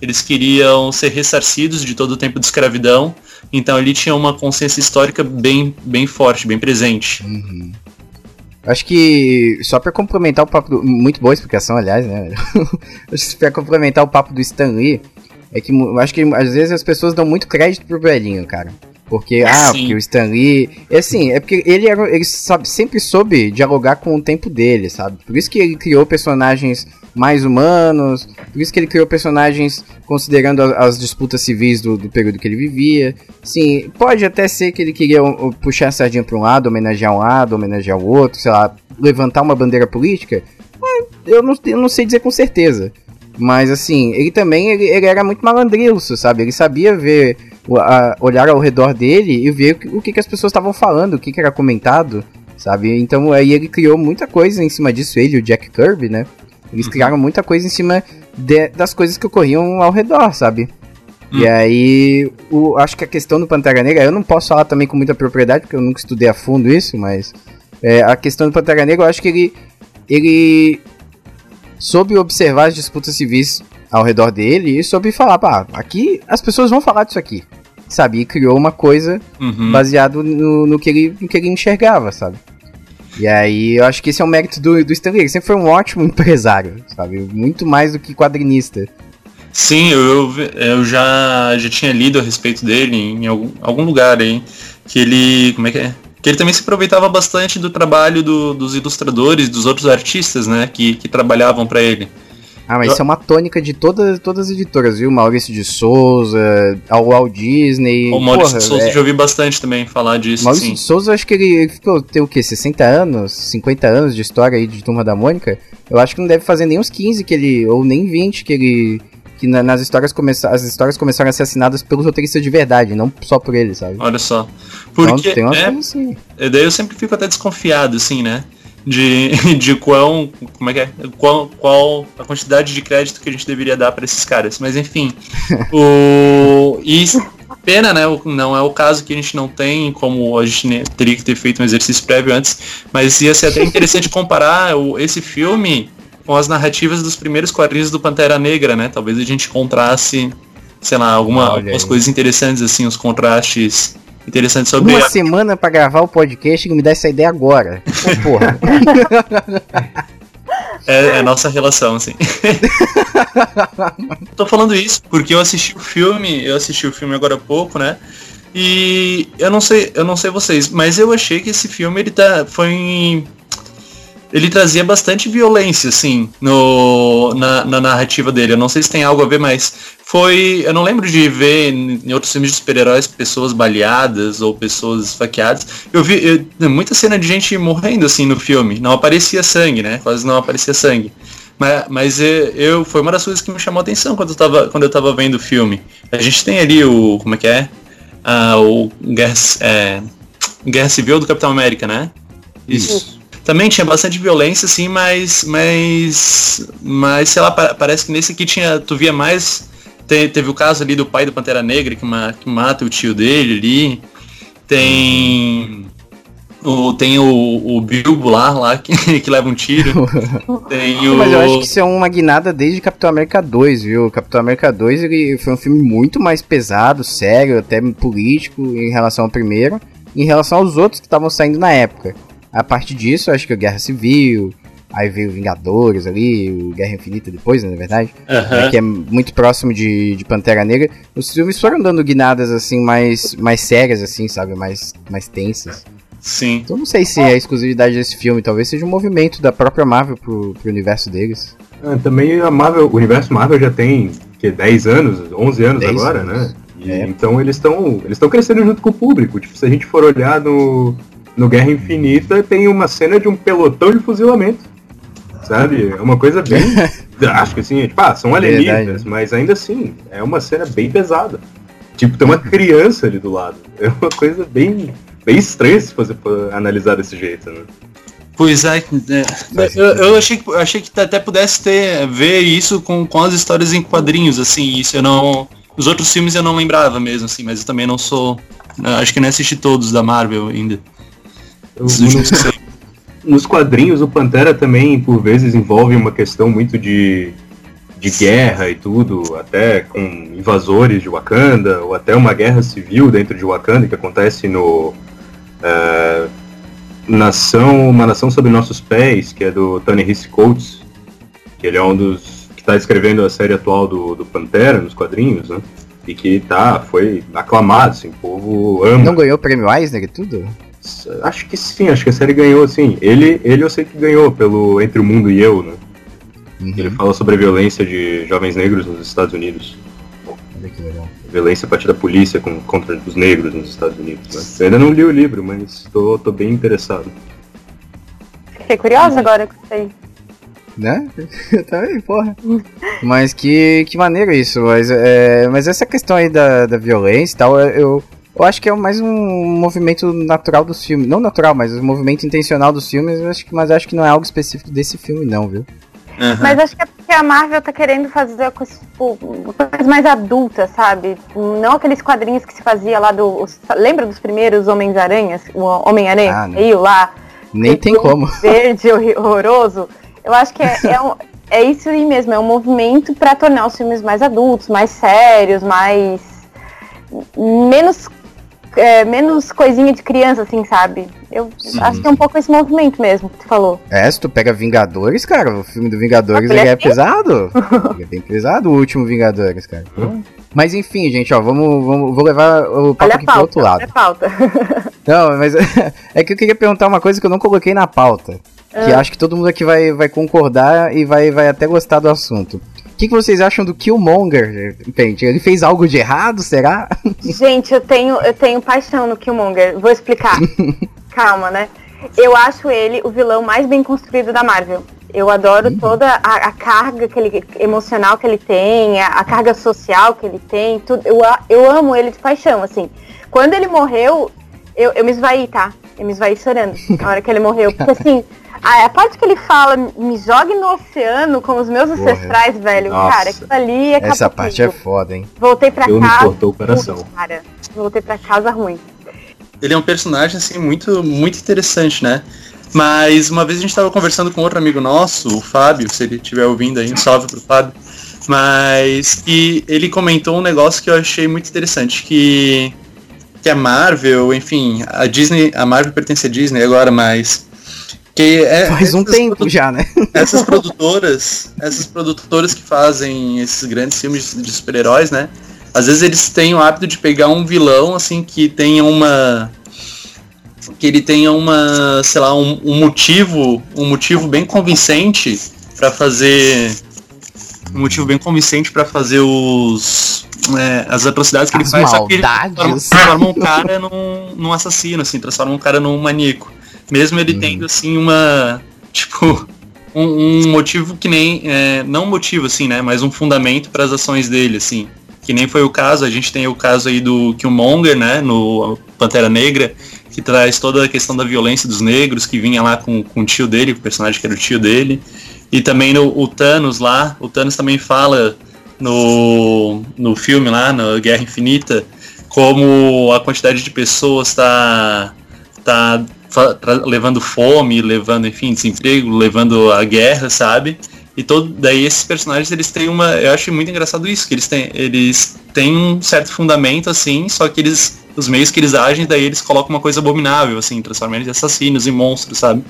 eles queriam ser ressarcidos de todo o tempo de escravidão, então ele tinha uma consciência histórica bem, bem forte, bem presente. Uhum. Acho que, só pra complementar o papo, do, muito boa explicação, aliás, né, acho que pra complementar o papo do Stan Lee, é que acho que às vezes as pessoas dão muito crédito pro velhinho, cara. Porque, ah, Sim. porque o Stan Lee... É assim, é porque ele, era, ele sabe, sempre soube dialogar com o tempo dele, sabe? Por isso que ele criou personagens mais humanos, por isso que ele criou personagens considerando as, as disputas civis do, do período que ele vivia. Sim, pode até ser que ele queria uh, puxar a sardinha para um lado, homenagear um lado, homenagear o outro, sei lá, levantar uma bandeira política. Mas eu não, eu não sei dizer com certeza. Mas, assim, ele também ele, ele era muito malandrilso, sabe? Ele sabia ver... A, olhar ao redor dele e ver o que, que as pessoas estavam falando, o que, que era comentado, sabe? Então aí ele criou muita coisa em cima disso, ele e o Jack Kirby, né? Eles uhum. criaram muita coisa em cima de, das coisas que ocorriam ao redor, sabe? Uhum. E aí, o, acho que a questão do Pantera Negra, eu não posso falar também com muita propriedade, porque eu nunca estudei a fundo isso, mas é, a questão do Pantera Negra, eu acho que ele, ele soube observar as disputas civis ao redor dele e soube falar, pá, aqui as pessoas vão falar disso aqui, sabe? E criou uma coisa uhum. baseado no, no, que ele, no que ele enxergava, sabe? E aí eu acho que esse é o mérito do, do Stan Lee. Ele sempre foi um ótimo empresário, sabe? Muito mais do que quadrinista. Sim, eu, eu já, já tinha lido a respeito dele em algum, algum lugar aí, que ele, como é que é? Que ele também se aproveitava bastante do trabalho do, dos ilustradores, dos outros artistas, né, que, que trabalhavam para ele. Ah, mas eu... isso é uma tônica de todas, todas as editoras, viu? Maurício de Souza, o Walt Disney... O Maurício Porra, de Souza é... já ouvi bastante também falar disso, Maurício sim. de Souza, acho que ele, ele ficou, tem o quê? sessenta anos, cinquenta anos de história aí de Turma da Mônica? Eu acho que não deve fazer nem uns quinze que ele... ou nem vinte que ele... que na, nas histórias começaram, as histórias começaram a ser assinadas pelos roteiristas de verdade, não só por ele, sabe? Olha só. Porque então, tem umas é, coisas assim. Daí eu sempre fico até desconfiado, assim, né? De, de qual, como é que é? Qual, qual a quantidade de crédito que a gente deveria dar para esses caras. Mas enfim. o, e pena, né? Não é o caso que a gente não tem, como a gente teria que ter feito um exercício prévio antes. Mas ia ser até interessante comparar o, esse filme com as narrativas dos primeiros quadrinhos do Pantera Negra, né? Talvez a gente encontrasse, sei lá, alguma, algumas coisas interessantes, assim, os contrastes interessantes sobre... Uma a... semana pra gravar o podcast e me dá essa ideia agora. Pô, porra. É, é a nossa relação, assim. Tô falando isso porque eu assisti o filme, eu assisti o filme agora há pouco, né? E eu não sei, eu não sei vocês, mas eu achei que esse filme, ele tá, foi em... Ele trazia bastante violência, assim, no, na, na narrativa dele. Eu não sei se tem algo a ver, mas foi... Eu não lembro de ver em outros filmes de super-heróis pessoas baleadas ou pessoas esfaqueadas. Eu vi eu, muita cena de gente morrendo, assim, no filme. Não aparecia sangue, né? Quase não aparecia sangue. Mas, mas eu, foi uma das coisas que me chamou a atenção quando eu tava, quando eu tava vendo o filme. A gente tem ali o... Como é que é? Ah, o Guerra, é, Guerra Civil do Capitão América, né? Isso. Também tinha bastante violência, assim, mas, mas, mas sei lá, parece que nesse aqui tinha, tu via mais, te, teve o caso ali do pai do Pantera Negra, que, ma, que mata o tio dele ali, tem o, tem o, o Bilbo lá, lá que, que leva um tiro, tem o... Mas eu acho que isso é uma guinada desde Capitão América dois, viu? Capitão América dois, ele foi um filme muito mais pesado, sério, até político em relação ao primeiro, em relação aos outros que estavam saindo na época. A partir disso, acho que a Guerra Civil, aí veio Vingadores ali, o Guerra Infinita depois, né, na verdade, uhum. né, que é muito próximo de, de Pantera Negra. Os filmes foram dando guinadas, assim, mais, mais sérias, assim, sabe, mais, mais tensas. Sim. Então não sei se é a exclusividade desse filme, talvez seja um movimento da própria Marvel pro, pro universo deles. Ah, também a Marvel, o universo Marvel já tem, que, dez anos, onze anos agora, anos. né? E, é. Então eles estão eles estão crescendo junto com o público. Tipo, se a gente for olhar no... No Guerra Infinita tem uma cena de um pelotão de fuzilamento, sabe? É uma coisa bem drástica, assim, tipo, ah, são alienígenas, mas ainda assim, é uma cena bem pesada. Tipo, tem uma criança ali do lado. É uma coisa bem, bem estranha se você for analisar desse jeito, né? Pois é, é eu, eu achei que, achei que até pudesse ter, ver isso com, com as histórias em quadrinhos, assim, isso eu não... Os outros filmes eu não lembrava mesmo, assim, mas eu também não sou... Acho que não assisti todos da Marvel ainda. Nos, nos quadrinhos, o Pantera também, por vezes, envolve uma questão muito de, de guerra e tudo, até com invasores de Wakanda, ou até uma guerra civil dentro de Wakanda, que acontece no uh, Nação, Uma Nação Sob Nossos Pés, que é do Ta-Nehisi Coates, que ele é um dos que está escrevendo a série atual do, do Pantera, nos quadrinhos, né? E que tá, foi aclamado, assim, o povo ama. Não ganhou o prêmio Eisner e tudo? Acho que sim, acho que a série ganhou, sim. Ele, ele eu sei que ganhou pelo Entre o Mundo e Eu, né? Uhum. Ele fala sobre a violência de jovens negros nos Estados Unidos. Olha que legal. Violência a partir da polícia com, contra os negros nos Estados Unidos, né? Eu ainda não li o livro, mas tô, tô bem interessado. Fiquei curiosa agora com isso aí. Né? Eu também, porra. Mas que, que maneiro isso. Mas, é, mas essa questão aí da, da violência e tal, eu, eu acho que é mais um movimento natural dos filmes. Não natural, mas um movimento intencional dos filmes. Eu acho que, mas acho que não é algo específico desse filme, não, viu? Uhum. Mas acho que é porque a Marvel tá querendo fazer coisa, tipo, coisa mais adulta, sabe? Não aqueles quadrinhos que se fazia lá do... Os, lembra dos primeiros Homens-Aranhas? O Homem-Aranha ah, veio lá. Nem tem como. Verde, horroroso. Eu acho que é, é, um, é isso aí mesmo, é um movimento para tornar os filmes mais adultos, mais sérios, mais... menos, é, menos coisinha de criança, assim, sabe? Eu Sim. acho que é um pouco esse movimento mesmo que tu falou. É, se tu pega Vingadores, cara, o filme do Vingadores ele é, é pesado. Ele é bem pesado, o último Vingadores, cara. Hum. Mas enfim, gente, ó, vamos, vamos vou levar o papo aqui pro outro lado. Olha a pauta. Não, mas é que eu queria perguntar uma coisa que eu não coloquei na pauta. Que ah. acho que todo mundo aqui vai, vai concordar e vai, vai até gostar do assunto. O que, que vocês acham do Killmonger? Gente, ele fez algo de errado, será? Gente, eu tenho, eu tenho paixão no Killmonger. Vou explicar. Calma, né? Eu acho ele o vilão mais bem construído da Marvel. Eu adoro hum. toda a, a carga que ele, emocional que ele tem, a, a carga social que ele tem. Tudo. Eu, eu amo ele de paixão, assim. Quando ele morreu, eu, eu me esvaí, tá? Eu me esvaí chorando na hora que ele morreu. Porque assim... A parte que ele fala, me jogue no oceano com os meus ancestrais, Porra. velho. Nossa. Cara, aquilo ali é capaz. Essa parte é foda, hein? Voltei pra Eu casa. me cortou o coração. Ruim, cara. Voltei pra casa ruim. Ele é um personagem, assim, muito, muito interessante, né? Mas uma vez a gente tava conversando com outro amigo nosso, o Fábio, se ele estiver ouvindo aí, um salve pro Fábio. Mas que ele comentou um negócio que eu achei muito interessante, que, que a Marvel, enfim, a Disney, a Marvel pertence à Disney agora, mas... Que é, Faz um tempo produ- já, né? Essas produtoras, essas produtoras que fazem esses grandes filmes de super-heróis, né? Às vezes eles têm o hábito de pegar um vilão, assim, que tenha uma... Que ele tenha uma, sei lá, um, um motivo, um motivo bem convincente pra fazer... Um motivo bem convincente pra fazer os... É, as atrocidades que as ele faz. Maldades. Só que ele transforma um cara num, num assassino, assim, transforma um cara num maníaco. Mesmo ele hum. tendo, assim, uma... Tipo, um, um motivo que nem... É, não motivo, assim, né? Mas um fundamento para as ações dele, assim. Que nem foi o caso. A gente tem o caso aí do Killmonger, né? No Pantera Negra. Que traz toda a questão da violência dos negros. Que vinha lá com, com o tio dele. O personagem que era o tio dele. E também no, o Thanos lá. O Thanos também fala no, no filme lá, na Guerra Infinita. Como a quantidade de pessoas tá... tá levando fome, levando, enfim, desemprego, levando a guerra, sabe? E todo, daí esses personagens, eles têm uma... Eu acho muito engraçado isso, que eles têm, eles têm um certo fundamento, assim, só que eles... Os meios que eles agem, daí eles colocam uma coisa abominável, assim, transformam eles em assassinos, em monstros, sabe?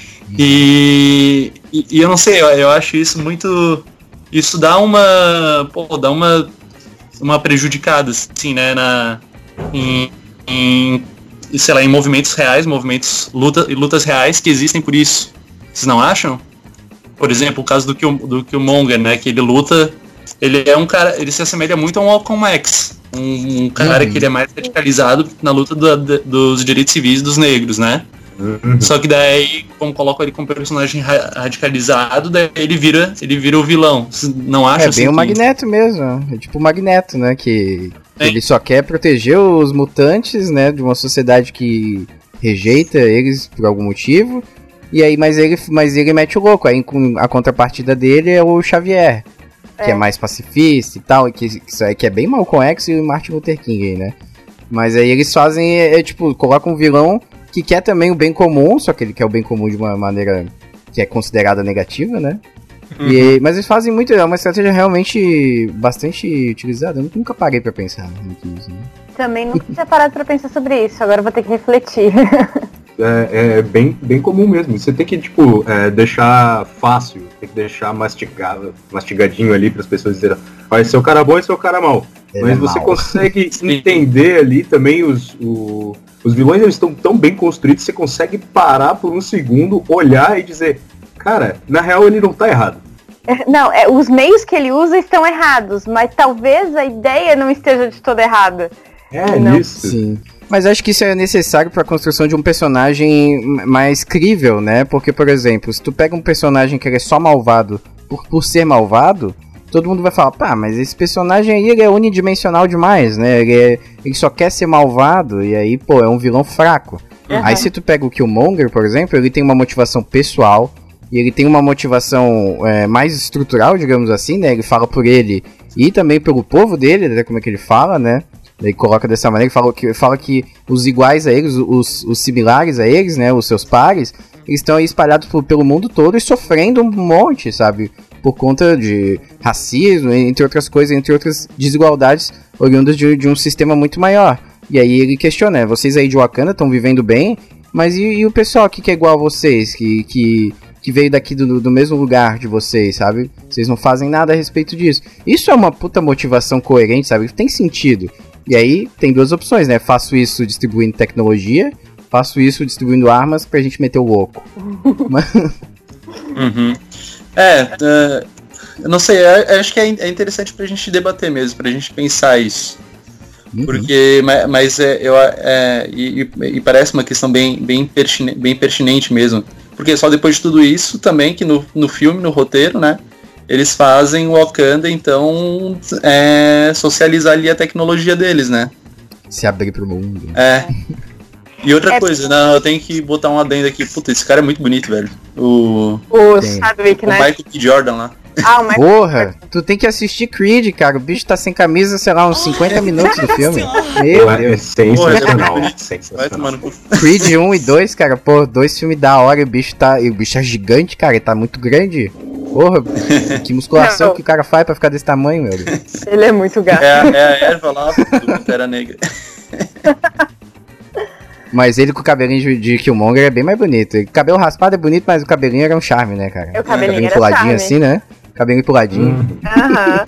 E, e, e eu não sei, eu, eu acho isso muito... Isso dá uma... Pô, dá uma... Uma prejudicada, assim, né? Na... Em... em sei lá, em movimentos reais, movimentos, luta, lutas reais que existem por isso. Vocês não acham? Por exemplo, o caso do, Kill, do Killmonger, né, que ele luta, ele é um cara, ele se assemelha muito a um Malcolm X, um, um cara uhum. que ele é mais radicalizado na luta do, do, dos direitos civis dos negros, né? Uhum. Só que daí, como colocam ele como personagem ra- radicalizado, daí ele vira, ele vira o vilão. Vocês não acham? É assim bem o que... Magneto mesmo, é tipo o Magneto, né, que... Ele só quer proteger os mutantes, né, de uma sociedade que rejeita eles por algum motivo. E aí, mas ele, mas ele mete o louco. Aí a contrapartida dele é o Xavier, é. que é mais pacifista e tal, que, que é bem Malcolm X e Martin Luther King aí, né? Mas aí eles fazem, é, é tipo, colocam um vilão que quer também o bem comum, só que ele quer o bem comum de uma maneira que é considerada negativa, né? Uhum. E, mas eles fazem muito, é uma estratégia realmente bastante utilizada. Eu nunca parei pra pensar muito nisso, né? Também nunca tinha parado pra pensar sobre isso, agora eu vou ter que refletir. É, é bem, bem comum mesmo. Você tem que, tipo, é, deixar fácil, tem que deixar mastigado, mastigadinho ali para as pessoas dizerem, vai ser o cara bom e ser o cara mau. Ele Mas é você mal. consegue entender ali também os, o, os vilões, eles estão tão bem construídos, você consegue parar por um segundo, olhar e dizer, cara, na real ele não tá errado. Não, é, os meios que ele usa estão errados, mas talvez a ideia não esteja de toda errada. É, não. Isso. Sim. Mas acho que isso é necessário para a construção de um personagem mais crível, né? Porque, por exemplo, se tu pega um personagem que ele é só malvado por, por ser malvado, todo mundo vai falar, pá, mas esse personagem aí ele é unidimensional demais, né? Ele, é, ele só quer ser malvado e aí, pô, é um vilão fraco. Uhum. Aí se tu pega o Killmonger, por exemplo, ele tem uma motivação pessoal e ele tem uma motivação é, mais estrutural, digamos assim, né? Ele fala por ele e também pelo povo dele, né? Como é que ele fala, né? Ele coloca dessa maneira, fala que, fala que os iguais a eles, os, os similares a eles, né, os seus pares, eles estão aí espalhados por, pelo mundo todo e sofrendo um monte, sabe? Por conta de racismo, entre outras coisas, entre outras desigualdades oriundas de, de um sistema muito maior. E aí ele questiona, né, vocês aí de Wakanda estão vivendo bem, mas e, e o pessoal aqui que é igual a vocês, que, que, que veio daqui do, do mesmo lugar de vocês, sabe? Vocês não fazem nada a respeito disso. Isso é uma puta motivação coerente, sabe? Tem sentido. E aí tem duas opções, né? Faço isso distribuindo tecnologia, faço isso distribuindo armas pra gente meter o louco. Uhum. É, uh, eu não sei, eu acho que é interessante pra gente debater mesmo, pra gente pensar isso. Uhum. Porque, mas é, eu, é, e, e parece uma questão bem, bem, pertinente, bem pertinente mesmo. Porque só depois de tudo isso também, que no, no filme, no roteiro, né? Eles fazem o Wakanda, então, é, socializar ali a tecnologia deles, né? Se abrir pro mundo. É. E outra é coisa, não, eu tenho que botar um adendo aqui. Puta, esse cara é muito bonito, velho. O... O Chadwick, né? O Michael B. Jordan lá. Ah, o Michael Porra, tu tem que assistir Creed, cara. O bicho tá sem camisa, sei lá, uns cinquenta minutos do filme. Meu é Deus. Sensacional. Vai sensacional. tomando cu. Creed um e dois, cara, pô, dois filmes da hora. E o bicho tá. E o bicho é gigante, cara. Ele tá muito grande. Porra, que musculação Não. que o cara faz pra ficar desse tamanho, meu Deus. Ele é muito gato. É, a- é a erva lá do Pantera Negra. Mas ele com o cabelinho de, de Killmonger é bem mais bonito. O cabelo raspado é bonito, mas o cabelinho era um charme, né, cara? O cabelinho era puladinho charme. assim, né? Cabelinho puladinho. Aham.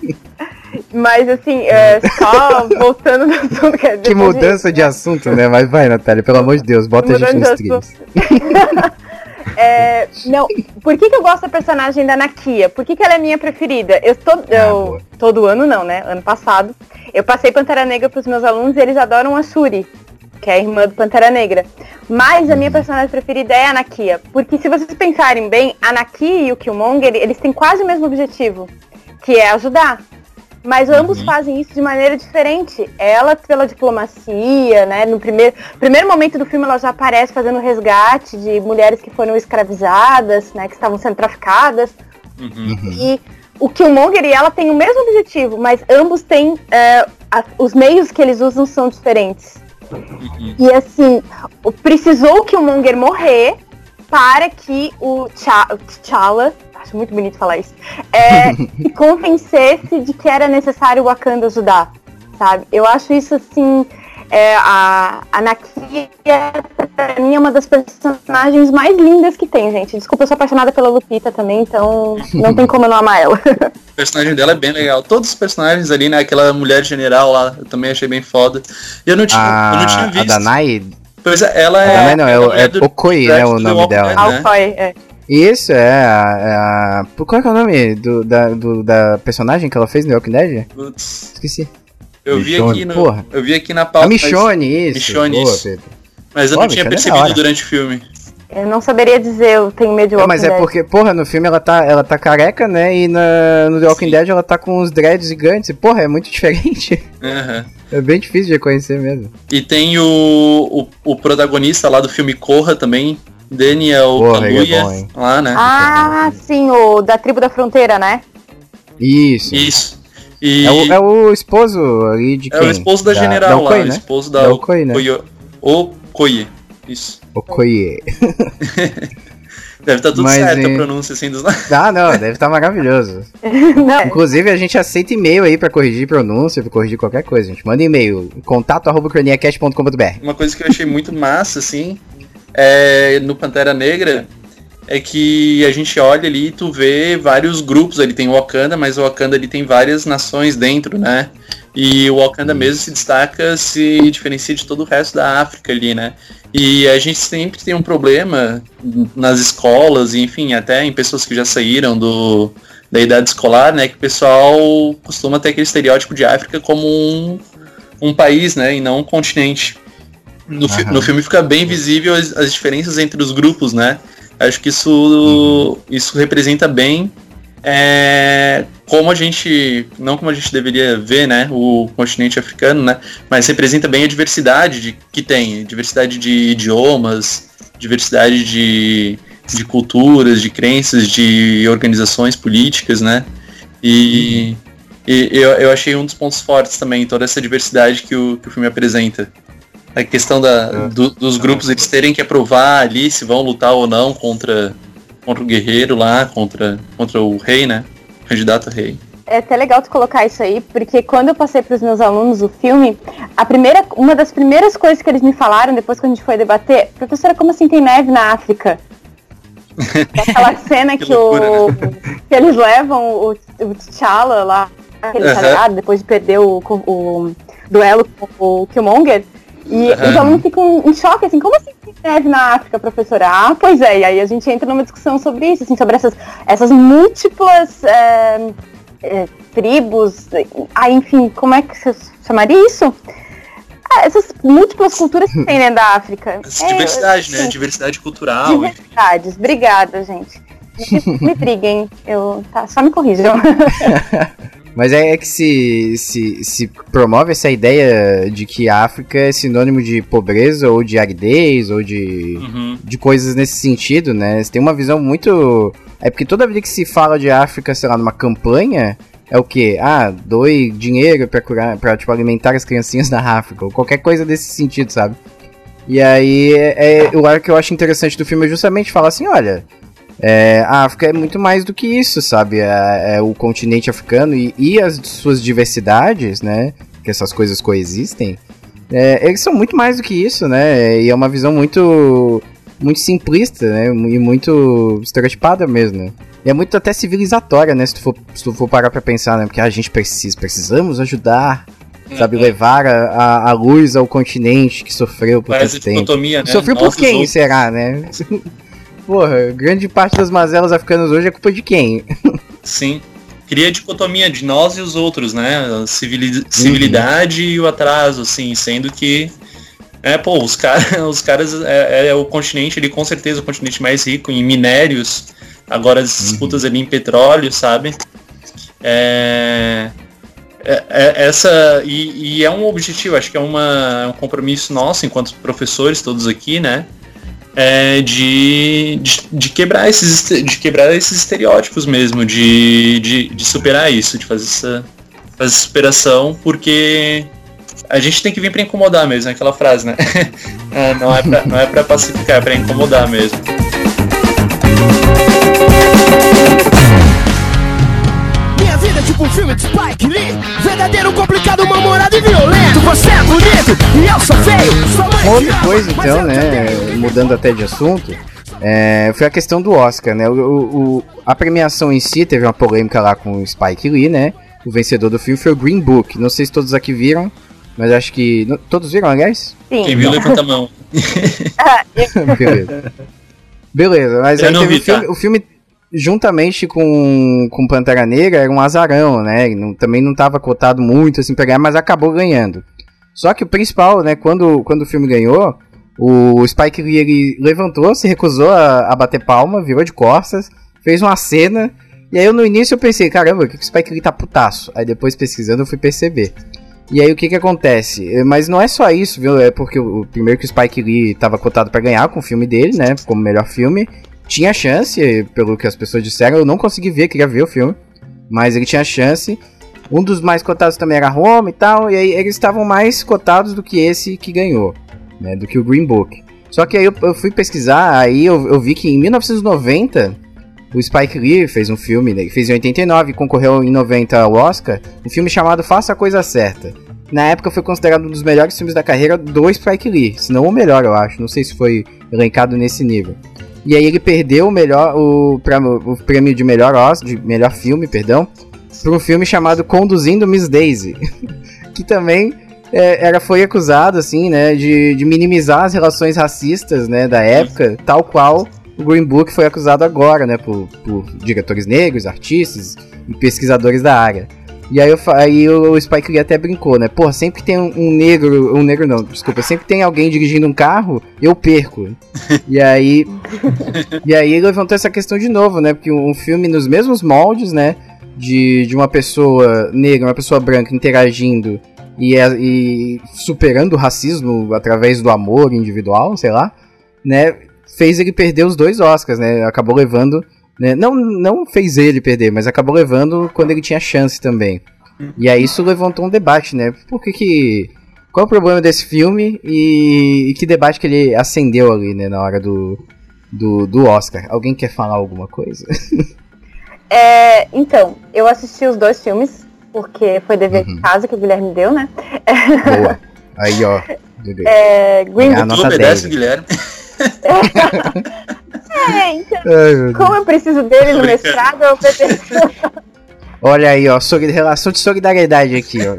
Mas assim, é, só voltando no assunto que é Que mudança de assunto, né? Mas vai, Natália, pelo amor de Deus, bota a gente nos Mudando de trilhos. É, não, por que, que eu gosto da personagem da Nakia? Por que, que ela é minha preferida? Eu, to, eu boa. todo ano não, né? Ano passado. Eu passei Pantera Negra pros meus alunos e eles adoram a Shuri, que é a irmã do Pantera Negra. Mas a minha personagem preferida é a Nakia. Porque se vocês pensarem bem, a Nakia e o Killmonger, eles têm quase o mesmo objetivo, que é ajudar. Mas ambos Uhum. fazem isso de maneira diferente. Ela pela diplomacia, né? No primeiro, primeiro momento do filme ela já aparece fazendo resgate de mulheres que foram escravizadas, né? Que estavam sendo traficadas. Uhum. E o Killmonger e ela têm o mesmo objetivo, mas ambos têm... é, a- os meios que eles usam são diferentes. Uhum. E assim, o- precisou o Killmonger morrer para que o T'Cha- o T'Challa, acho muito bonito falar isso, é, se convencesse de que era necessário o Wakanda ajudar, sabe? Eu acho isso assim, é, a, a Nakia, pra mim, é uma das personagens mais lindas que tem, gente. Desculpa, eu sou apaixonada pela Lupita também, então não tem como eu não amar ela. O personagem dela é bem legal. Todos os personagens ali, né? Aquela mulher general lá, eu também achei bem foda. E eu não tinha, eu não tinha A, a visto. Danai. Pois é, ela A é. Danai não, é, a o- mulher é do- Okoye, do né? O Walking nome Dead, dela. né? Alfoy, é. Isso, é a, é a. Qual é, que é o nome do, da, do, da personagem que ela fez no Walking Dead? Putz, Esqueci. eu vi Michonne. aqui no. Porra. Eu vi aqui na pauta. A Michonne, isso. Michonne, Boa, isso. Pedro. Mas, mas eu Pô, não tinha Michonne é da percebido hora. durante o filme. Eu não saberia dizer, eu tenho medo de É, Walking mas é Dead. porque, porra, no filme ela tá, ela tá careca, né? E na, no The Walking Sim. Dead ela tá com os dreads gigantes. E, porra, é muito diferente. Aham. É bem difícil de reconhecer mesmo. E tem o, o, o protagonista lá do filme Corra também, Daniel Porra, ele é Kaluuya, bom, hein? lá, né? Ah, sim, o da tribo da fronteira, né? Isso. Isso. E É o, é o esposo ali de é quem? o esposo da, general da lá, Okoye, o né? esposo da Da Okoye, né? Okoye. Okoye. Isso. Okoye. Deve estar tudo Mas, certo hein? a pronúncia assim dos nomes. Ah, não, deve estar maravilhoso. Não, Inclusive, a gente aceita e-mail aí pra corrigir pronúncia, pra corrigir qualquer coisa, gente. Manda e-mail, contato arroba croniacast ponto com ponto b r. Uma coisa que eu achei muito massa, assim, é, no Pantera Negra, é que a gente olha ali e tu vê vários grupos ali. Tem o Wakanda, mas o Wakanda ali tem várias nações dentro, né? E o Wakanda mesmo se destaca, se diferencia de todo o resto da África ali, né? E a gente sempre tem um problema nas escolas, e, enfim, até em pessoas que já saíram do, da idade escolar, né? Que o pessoal costuma ter aquele estereótipo de África como um, um país, né? E não um continente. No, fi- no filme fica bem visível as, as diferenças entre os grupos, né? Acho que isso, uhum. isso representa bem é, como a gente, não como a gente deveria ver, né, o continente africano, né, mas representa bem a diversidade de, que tem, diversidade de idiomas, diversidade de, de culturas, de crenças, de organizações políticas, né, e, uhum. e eu, eu achei um dos pontos fortes também, toda essa diversidade que o, que o filme apresenta. A questão da, é. do, dos grupos eles terem que aprovar ali se vão lutar ou não contra, contra o guerreiro lá, contra, contra o rei, né? O candidato a rei. É até legal tu colocar isso aí, porque quando eu passei para os meus alunos o filme, a primeira, uma das primeiras coisas que eles me falaram, depois que a gente foi debater, professora, como assim tem neve na África? Aquela cena que, que, loucura, o, né? que eles levam o, o T'Challa lá, aquele uhum. Tá depois de perder o, o duelo com o Killmonger. E uhum. os alunos ficam em choque, assim, como assim tem neve na África, professora? Ah, pois é, e aí a gente entra numa discussão sobre isso, assim, sobre essas, essas múltiplas é, é, tribos, ah, enfim, como é que você chamaria isso? Ah, essas múltiplas culturas que tem dentro da África. Essa é, diversidade, né? Sim. Diversidade cultural. Diversidades, enfim. Obrigada, gente. Me briguem, eu, tá, só me corrijam. Mas é que se, se, se promove essa ideia de que a África é sinônimo de pobreza ou de aridez ou de, uhum. de coisas nesse sentido, né? Você tem uma visão muito... É porque toda vez que se fala de África, sei lá, numa campanha, é o quê? Ah, doe dinheiro pra, curar, pra tipo, alimentar as criancinhas da África, ou qualquer coisa desse sentido, sabe? E aí, é, é, o que eu acho interessante do filme é justamente falar assim, olha... É, a África é muito mais do que isso, sabe? É, é o continente africano e, e as suas diversidades, né? Que essas coisas coexistem. É, eles são muito mais do que isso, né? E é uma visão muito, muito simplista, né? E muito estereotipada mesmo, né? E é muito até civilizatória, né? Se tu for, se tu for parar pra pensar, né? Porque a gente precisa, precisamos ajudar, sabe? Levar a, a, a luz ao continente que sofreu por tanto tempo. Né? Sofreu por quem, outros... será, né? Porra, grande parte das mazelas africanas hoje é culpa de quem? Sim. Cria a dicotomia de nós e os outros, né? A civili- civilidade uhum. e o atraso, assim, sendo que... É, pô, os, cara, os caras... É, é o continente, ele com certeza é o continente mais rico em minérios. Agora as disputas uhum. ali em petróleo, sabe? É... é, é essa... E, e é um objetivo, acho que é uma, um compromisso nosso, enquanto professores todos aqui, né? É de, de, de, quebrar esses, de quebrar esses estereótipos mesmo, de, de, de superar isso, de fazer essa, fazer essa superação, porque a gente tem que vir pra incomodar mesmo, é aquela frase, né? não, é pra, não é pra pacificar, é pra incomodar mesmo. Minha vida é tipo um filme de Spike Lee, verdadeiro, complicado, mal-humorado e violento. Você é bonito e eu sou feio, sua mãe uma outra coisa então, né, mudando até de assunto, é, foi a questão do Oscar, né, o, o, a premiação em si teve uma polêmica lá com o Spike Lee, né, o vencedor do filme foi o Green Book, não sei se todos aqui viram, mas acho que, não, todos viram, aliás? Sim. Quem viu, levanta a mão. Beleza. Beleza, mas eu aí teve vi, o, filme, tá? o filme, juntamente com, com Pantera Negra, era um azarão, né, não, também não estava cotado muito assim pra ganhar, mas acabou ganhando. Só que o principal, né, quando, quando o filme ganhou, o Spike Lee ele levantou, se recusou a, a bater palma, virou de costas, fez uma cena, e aí eu, no início eu pensei, caramba, o que, que o Spike Lee tá putaço? Aí depois pesquisando eu fui perceber. E aí o que que acontece? Mas não é só isso, viu? É porque o primeiro que o Spike Lee tava cotado pra ganhar com o filme dele, né, como melhor filme, tinha chance, pelo que as pessoas disseram, eu não consegui ver, queria ver o filme, mas ele tinha chance. Um dos mais cotados também era Roma e tal, e aí eles estavam mais cotados do que esse que ganhou, né, do que o Green Book. Só que aí eu, eu fui pesquisar, aí eu, eu vi que em mil novecentos e noventa, o Spike Lee fez um filme, né, fez em oitenta e nove e concorreu em noventa ao Oscar, um filme chamado Faça a Coisa Certa. Na época foi considerado um dos melhores filmes da carreira do Spike Lee, se não o melhor, eu acho, não sei se foi elencado nesse nível. E aí ele perdeu o, melhor, o, o prêmio de melhor, Oscar, de melhor filme, perdão, para um filme chamado Conduzindo Miss Daisy, que também é, era, foi acusado, assim, né, de, de minimizar as relações racistas, né, da época, tal qual o Green Book foi acusado agora, né, por, por diretores negros, artistas e pesquisadores da área. E aí, eu, aí o Spike Lee até brincou, né, pô, sempre que tem um, um negro, um negro não, desculpa, sempre que tem alguém dirigindo um carro, eu perco. E aí, e aí ele levantou essa questão de novo, né, porque um filme nos mesmos moldes, né, De, de uma pessoa negra, uma pessoa branca interagindo e, e superando o racismo através do amor individual, sei lá, né, fez ele perder os dois Oscars, né, acabou levando, né, não, não fez ele perder, mas acabou levando quando ele tinha chance também. E aí isso levantou um debate, né, por que que, qual é o problema desse filme e, e que debate que ele acendeu ali, né, na hora do, do, do Oscar. Alguém quer falar alguma coisa? É, então, eu assisti os dois filmes, porque foi dever Uhum. de casa que o Guilherme deu, né? Boa. Aí, ó. É, Green É a Book. nota obedece, dez. Guilherme. É, então, Ai, meu Deus. como eu preciso dele no mestrado, eu obedeço. Olha aí, ó, solid- relação de solidariedade aqui, ó.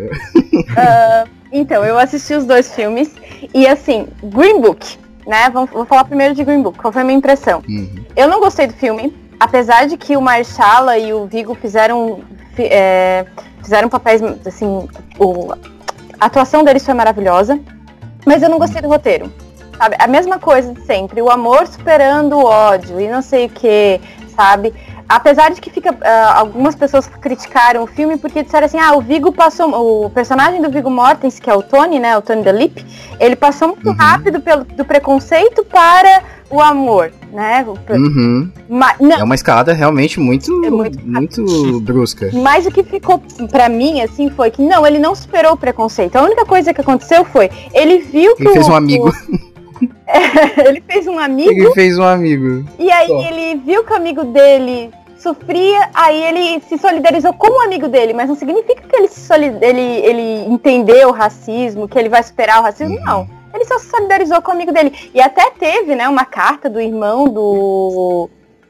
Ah, então, eu assisti os dois filmes, e assim, Green Book, né? Vamos, vou falar primeiro de Green Book, qual foi a minha impressão? Uhum. Eu não gostei do filme, apesar de que o Marshala e o Viggo fizeram, fi- é, fizeram papéis, assim, o, a atuação deles foi maravilhosa, mas eu não gostei do roteiro, sabe? A mesma coisa de sempre, o amor superando o ódio e não sei o que, sabe? Apesar de que fica, uh, algumas pessoas criticaram o filme porque disseram assim, ah, o Viggo passou, o personagem do Viggo Mortensen, que é o Tony, né, o Tony the Lip, ele passou muito Uhum. rápido pelo, do preconceito para o amor, né? Uhum. Ma- não, É uma escalada realmente muito, É muito muito brusca. Mas o que ficou pra mim, assim, foi que não, ele não superou o preconceito. A única coisa que aconteceu foi, ele viu que Ele fez o- um amigo. o- É, ele fez um amigo, Ele fez um amigo. e aí Só. ele viu que o amigo dele sofria, aí ele se solidarizou com o amigo dele, mas não significa que ele, se soli- ele, ele entendeu o racismo, que ele vai superar o racismo, Uhum. não. Ele só se solidarizou com o amigo dele. E até teve, né, uma carta do irmão do...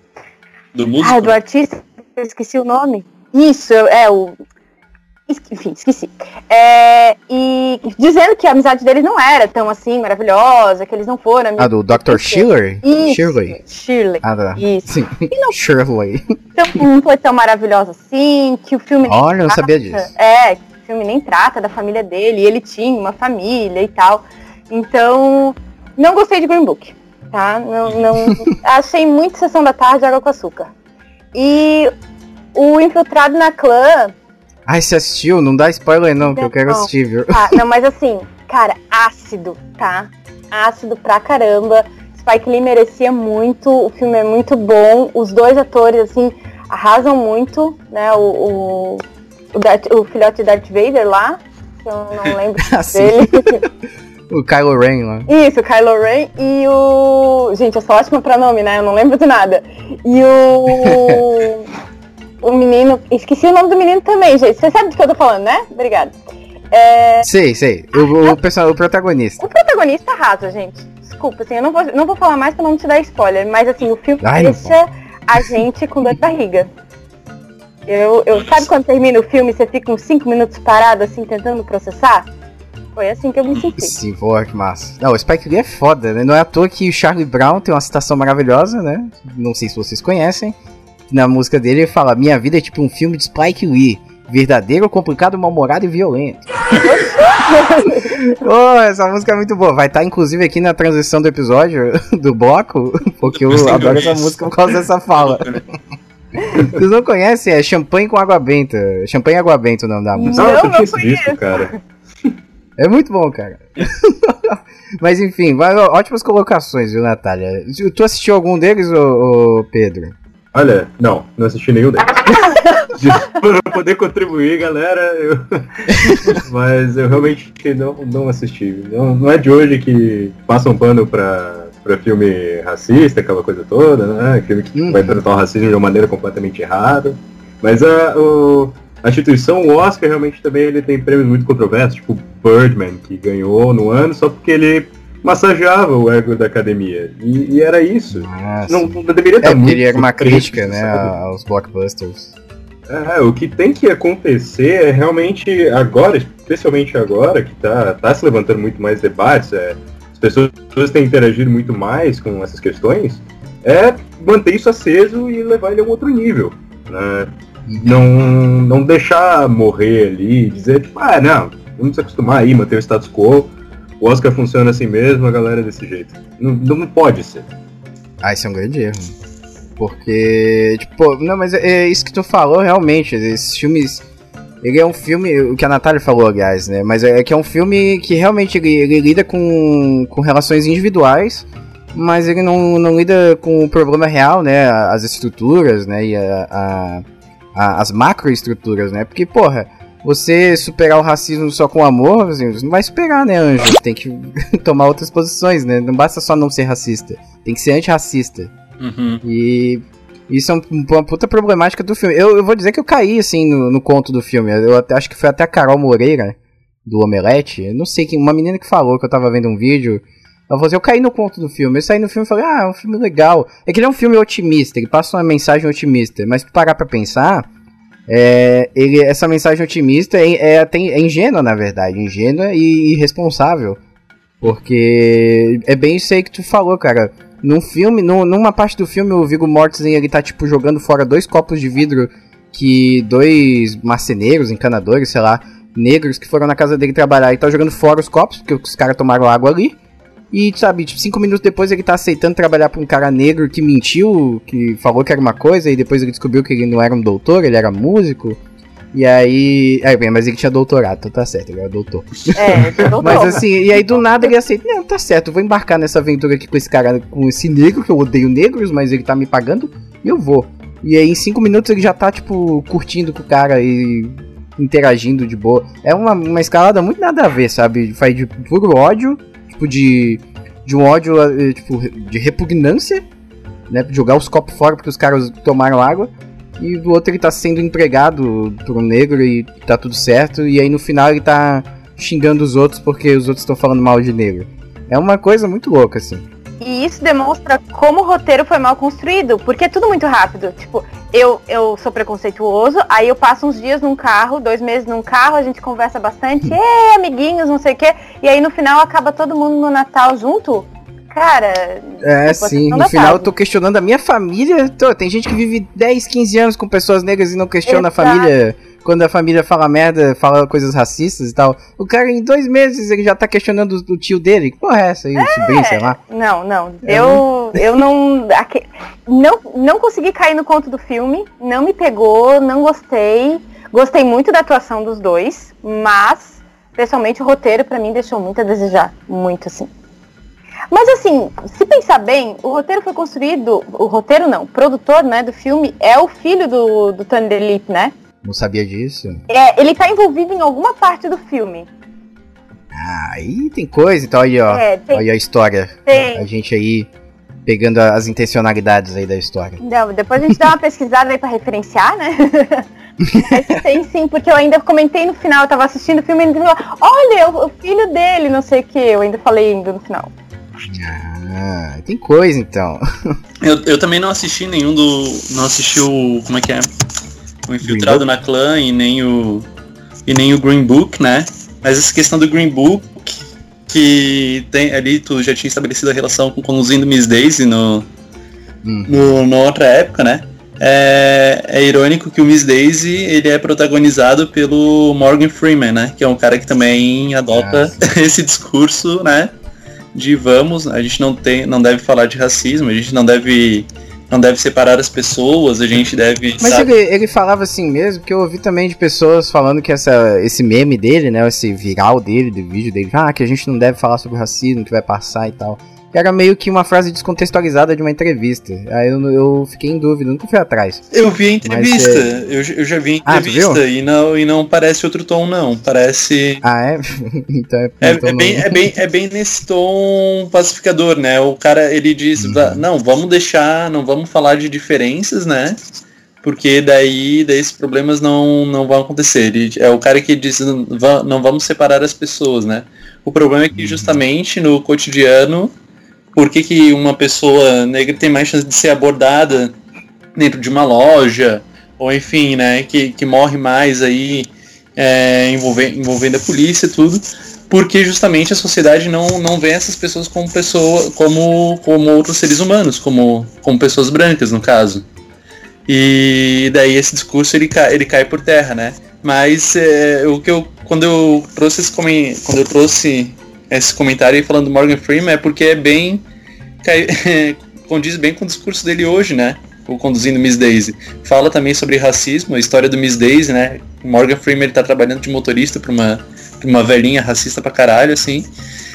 Do músico. Ah, do artista, eu esqueci o nome. Isso, é o... Enfim, esqueci. É, e dizendo que a amizade deles não era tão assim, maravilhosa, que eles não foram amigos. Ah, do doutor Schiller? Isso, Shirley. Shirley. Ah, tá. Isso. Sim. E não, Shirley. então, não foi tão maravilhosa assim, que o filme... nem Olha, eu não trata- sabia disso. É, que o filme nem trata da família dele, e ele tinha uma família e tal. Então, não gostei de Green Book, tá? Não, não, achei muito Sessão da Tarde, Água com Açúcar. E o Infiltrado na Clã... Ai, você assistiu? Não dá spoiler não, que eu quero Não. assistir, viu? Ah, não, mas assim, cara, ácido, tá? Ácido pra caramba. Spike Lee merecia muito, o filme é muito bom. Os dois atores, assim, arrasam muito, né? O, o, o, Darth, o filhote de Darth Vader lá, que eu não lembro Assim. dele. O Kylo Ren lá. Isso, o Kylo Ren e o... Gente, eu sou ótima pra nome, né? Eu não lembro de nada. E o... o menino... Esqueci o nome do menino também, gente. Você sabe do que eu tô falando, né? Obrigada. É... Sei, sei. O, o, person- o protagonista. O protagonista arrasa, gente. Desculpa, assim, eu não vou, não vou falar mais pra não te dar spoiler, mas assim, o filme Ai, não deixa a gente com dor de barriga. Eu, eu, sabe quando termina o filme e você fica uns cinco minutos parado, assim, tentando processar? Foi assim que eu me senti. Sim, pô, que massa. Não, o Spike Lee é foda, né? Não é à toa que o Charlie Brown tem uma citação maravilhosa, né? Não sei se vocês conhecem. Na música dele ele fala: minha vida é tipo um filme de Spike Lee. Verdadeiro, complicado, mal-humorado e violento. Oh, essa música é muito boa. Vai estar, inclusive, aqui na transição do episódio, do bloco, porque eu adoro essa música por causa dessa fala. Vocês não conhecem? É Champanhe com Água Benta. Champanhe e Água Benta o nome da música. Não, eu Não, tinha não esse disco, conheço. cara. É muito bom, cara. Mas enfim, vai, ótimas colocações, viu, Natália? Tu assistiu algum deles, ô, ô Pedro? Olha, não, não assisti nenhum deles. Para poder contribuir, galera, eu... mas eu realmente não, não assisti. Não, não é de hoje que passam pano pra, pra filme racista, aquela coisa toda, né? Filme que uhum. vai tratar o racismo de uma maneira completamente errada. Mas a, o, a instituição, o Oscar, realmente também ele tem prêmios muito controversos, tipo Birdman, que ganhou no ano só porque ele massageava o ego da academia. E, e era isso. Ah, não, não deveria estar é, muito... Ele era uma crítica, né, aos blockbusters. É, o que tem que acontecer é realmente agora, especialmente agora, que tá, tá se levantando muito mais debates, é, as pessoas, as pessoas têm interagido muito mais com essas questões, é manter isso aceso e levar ele a um outro nível, né? Não, não deixar morrer ali, dizer, tipo, ah, não, vamos se acostumar aí, manter o status quo, o Oscar funciona assim mesmo, a galera é desse jeito. Não, não pode ser. Ah, isso é um grande erro. Porque, tipo, não, mas é isso que tu falou, realmente, esses filmes, ele é um filme, o que a Natália falou, aliás, né, mas é que é um filme que realmente ele, ele lida com, com relações individuais, mas ele não, não lida com o problema real, né, as estruturas, né, e a, a, a, as macroestruturas, né, porque, porra, você superar o racismo só com amor, assim, você não vai superar, né, Anjo, tem que tomar outras posições, né, não basta só não ser racista, tem que ser antirracista. Uhum. E isso é uma puta problemática do filme. Eu, eu vou dizer que eu caí, assim, no, no conto do filme. Eu até, acho que foi até a Carol Moreira, do Omelete. Eu não sei, quem, uma menina que falou que eu tava vendo um vídeo. Ela falou assim, eu caí no conto do filme. Eu saí no filme e falei, ah, é um filme legal. É que ele é um filme otimista, ele passa uma mensagem otimista. Mas se parar pra pensar, é, ele, essa mensagem otimista é, é, é ingênua, na verdade. Ingênua e irresponsável. Porque é bem isso aí que tu falou, cara. Num filme, num, numa parte do filme, o Viggo Mortensen, ele tá, tipo, jogando fora dois copos de vidro que dois marceneiros, encanadores, sei lá, negros que foram na casa dele trabalhar e tá jogando fora os copos, porque os caras tomaram água ali. E, sabe, tipo, cinco minutos depois ele tá aceitando trabalhar pra um cara negro que mentiu, que falou que era uma coisa, e depois ele descobriu que ele não era um doutor, ele era músico. E aí... aí bem, mas ele tinha doutorado, então tá certo, ele era doutor. É, ele doutor. Mas assim, e aí do nada ele aceita, não, tá certo, eu vou embarcar nessa aventura aqui com esse cara, com esse negro, que eu odeio negros, mas ele tá me pagando, e eu vou. E aí em cinco minutos ele já tá, tipo, curtindo com o cara e interagindo de boa. É uma, uma escalada muito nada a ver, sabe? Faz de puro ódio, tipo, de, de um ódio, tipo, de repugnância, né? De jogar os copos fora porque os caras tomaram água. E o outro ele tá sendo empregado por um negro e tá tudo certo. E aí no final ele tá xingando os outros porque os outros estão falando mal de negro. É uma coisa muito louca, assim. E isso demonstra como o roteiro foi mal construído, porque é tudo muito rápido. Tipo, eu, eu sou preconceituoso, aí eu passo uns dias num carro, dois meses num carro, a gente conversa bastante, ei, amiguinhos, não sei o quê. E aí no final acaba todo mundo no Natal junto. Cara... É, sim, no final eu tô questionando a minha família. Tô, tem gente que vive dez, quinze anos com pessoas negras e não questiona Exato. a família. Quando a família fala merda, fala coisas racistas e tal. O cara em dois meses ele já tá questionando o tio dele. Que porra é essa aí? É, sobrinho, sei lá. Não, não. É, eu, né? eu não, aqui, não... Não consegui cair no conto do filme. Não me pegou, não gostei. Gostei muito da atuação dos dois. Mas, pessoalmente, o roteiro pra mim deixou muito a desejar. Muito, assim. Mas assim, se pensar bem, o roteiro foi construído, o roteiro não, o produtor, né, do filme é o filho do, do Tony DeLip, né? Não sabia disso. É, ele tá envolvido em alguma parte do filme. Ah, aí tem coisa, então aí ó, é, tem, olha a história, tem. A gente aí pegando as intencionalidades aí da história. Não, depois a gente dá uma pesquisada aí pra referenciar, né? Mas tem sim, porque eu ainda comentei no final, eu tava assistindo o filme e ele falou, olha, o, o filho dele, não sei o que, eu ainda falei ainda no final. Ah, tem coisa então. Eu, eu também não assisti nenhum do. Não assisti o. Como é que é? O Infiltrado na Clã e nem o. E nem o Green Book, né? Mas essa questão do Green Book, que tem ali, tu já tinha estabelecido a relação com Conduzindo Miss Daisy no, hum. no, na outra época, né? É, é irônico que o Miss Daisy ele é protagonizado pelo Morgan Freeman, né? Que é um cara que também adota ah, esse discurso, né? De vamos, a gente não tem, não deve falar de racismo, a gente não deve, não deve separar as pessoas, a gente deve. Mas ele, ele falava assim mesmo, porque eu ouvi também de pessoas falando que essa, esse meme dele, né, esse viral dele, do vídeo dele, ah, que a gente não deve falar sobre racismo, que vai passar e tal. era meio que uma frase descontextualizada de uma entrevista. Aí eu, eu fiquei em dúvida, nunca fui atrás. Eu vi a entrevista, Mas, é... eu, eu já vi Ah, a entrevista e, não, e não parece outro tom, não. Parece... Ah, é? então, é, é, então é, não... bem, é, bem, é bem nesse tom pacificador, né? O cara, ele diz, Uhum. não, vamos deixar, não vamos falar de diferenças, né? Porque daí, daí esses problemas não, não vão acontecer. Ele é o cara que diz, não, não vamos separar as pessoas, né? O problema é que justamente no cotidiano, por que, que uma pessoa negra tem mais chance de ser abordada dentro de uma loja, ou enfim, né, que, que morre mais aí é, envolvendo, envolvendo a polícia e tudo, porque justamente a sociedade não, não vê essas pessoas como, pessoa, como, como outros seres humanos, como, como pessoas brancas, no caso. E daí esse discurso ele cai, ele cai por terra, né? Mas é, o que eu, quando eu trouxe esse quando eu trouxe esse comentário aí falando do Morgan Freeman é porque é bem cai, condiz bem com o discurso dele hoje, né? O Conduzindo Miss Daisy. Fala também sobre racismo, a história do Miss Daisy, né? O Morgan Freeman ele tá trabalhando de motorista pra uma, pra uma velhinha racista pra caralho, assim.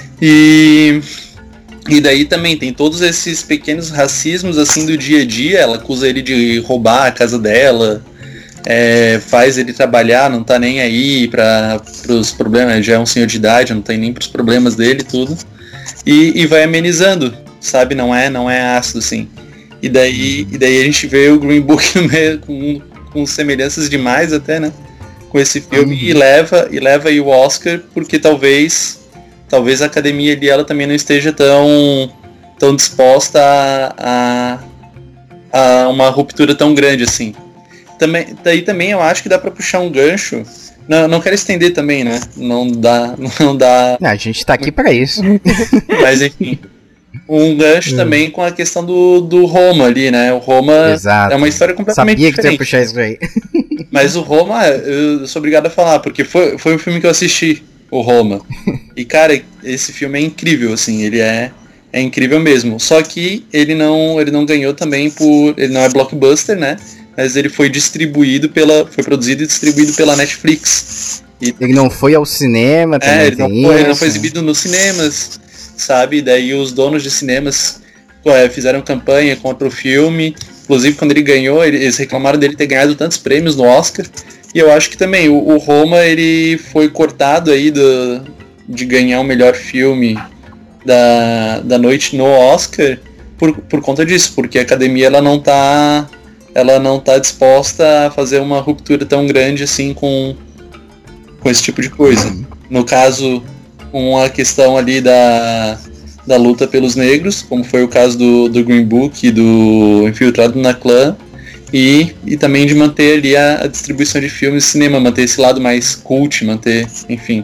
E E daí também tem todos esses pequenos racismos assim do dia a dia. Ela acusa ele de roubar a casa dela, é, faz ele trabalhar, não tá nem aí para os problemas, já é um senhor de idade, não tem nem pros problemas dele e tudo. E, e vai amenizando, sabe? Não é, não é ácido assim. E daí, e daí a gente vê o Green Book no meio, com, com semelhanças demais até, né? Com esse filme uhum. e leva e leva aí o Oscar porque talvez talvez a academia ali ela também não esteja tão, tão disposta a, a, a uma ruptura tão grande assim. Também, daí também eu acho que dá pra puxar um gancho. Não, não quero estender também, né? Não dá. Não dá. Não, a gente tá aqui pra isso. Mas enfim. Um gancho também com a questão do, do Roma ali, né? O Roma Exato. É uma história completamente Sabia diferente. Que você ia puxar isso aí. Mas o Roma, eu sou obrigado a falar, porque foi, foi um filme que eu assisti. O Roma. E cara, esse filme é incrível, assim, ele é, é incrível mesmo. Só que ele não, ele não ganhou também por. Ele não é blockbuster, né? Mas ele foi distribuído pela. Foi produzido e distribuído pela Netflix. E, ele não foi ao cinema também. É, ele não, foi, ele não foi exibido nos cinemas, sabe? Daí os donos de cinemas é, fizeram campanha contra o filme. Inclusive, quando ele ganhou, eles reclamaram dele ter ganhado tantos prêmios no Oscar. E eu acho que também o, o Roma ele foi cortado aí do, de ganhar o melhor filme da, da noite no Oscar por, por conta disso, porque a academia ela não tá ela não tá disposta a fazer uma ruptura tão grande assim com, com esse tipo de coisa. No caso, com a questão ali da, da luta pelos negros, como foi o caso do, do Green Book e do Infiltrado na Clã. E, e também de manter ali a, a distribuição de filmes e cinema, manter esse lado mais cult, manter, enfim.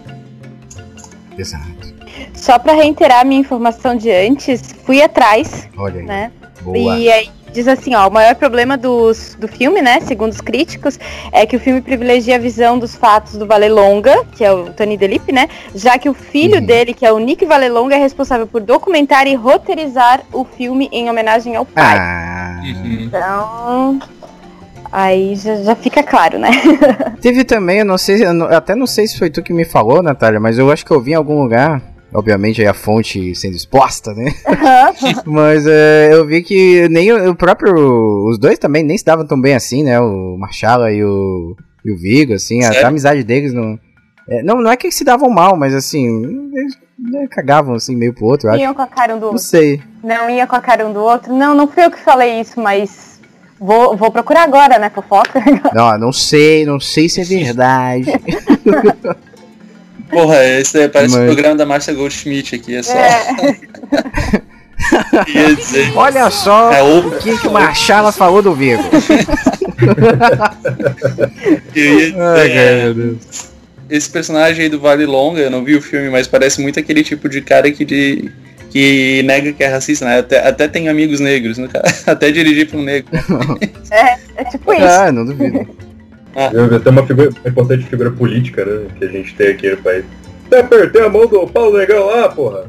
Exato. Só pra reiterar a minha informação de antes, fui atrás, Olha aí. Né? Boa. E aí diz assim, ó, o maior problema dos, do filme, né, segundo os críticos, é que o filme privilegia a visão dos fatos do Vallelonga, que é o Tony Delip, né, já que o filho uhum. dele, que é o Nick Vallelonga, é responsável por documentar e roteirizar o filme em homenagem ao pai. Ah. Então, aí já, já fica claro, né? Teve também, eu não sei, eu não, até não sei se foi tu que me falou, Natália, mas eu acho que eu vi em algum lugar, obviamente aí a fonte sendo exposta, né? Mas é, eu vi que nem o, o próprio, os dois também nem se davam tão bem assim, né? O Marshalla e o, e o Vigo, assim, a, a amizade deles não, é, não... Não é que eles se davam mal, mas assim, eles né, cagavam assim meio pro outro, eu acho. Iam com a cara um do outro. Não sei. Não ia com a cara um do outro. Não, não fui eu que falei isso, mas vou, vou procurar agora, né, fofoca. Não, não sei, não sei se é verdade. Porra, esse é, parece o Mas... programa da Márcia Goldschmidt aqui, é só... É. Ia dizer... Olha só é o... o que, que o Marshalla falou do Vigo. Eu ia dizer, Ai, é... Esse personagem aí do Vallelonga, eu não vi o filme, mas parece muito aquele tipo de cara que, de... que nega que é racista, né? Até, até tem amigos negros, né? Até dirigir pra um negro. É, é tipo isso. Ah, não duvido. Ah. Tem uma, figura, uma importante figura política, né, que a gente tem aqui no país. Até apertei a mão do Paulo Negão lá, porra!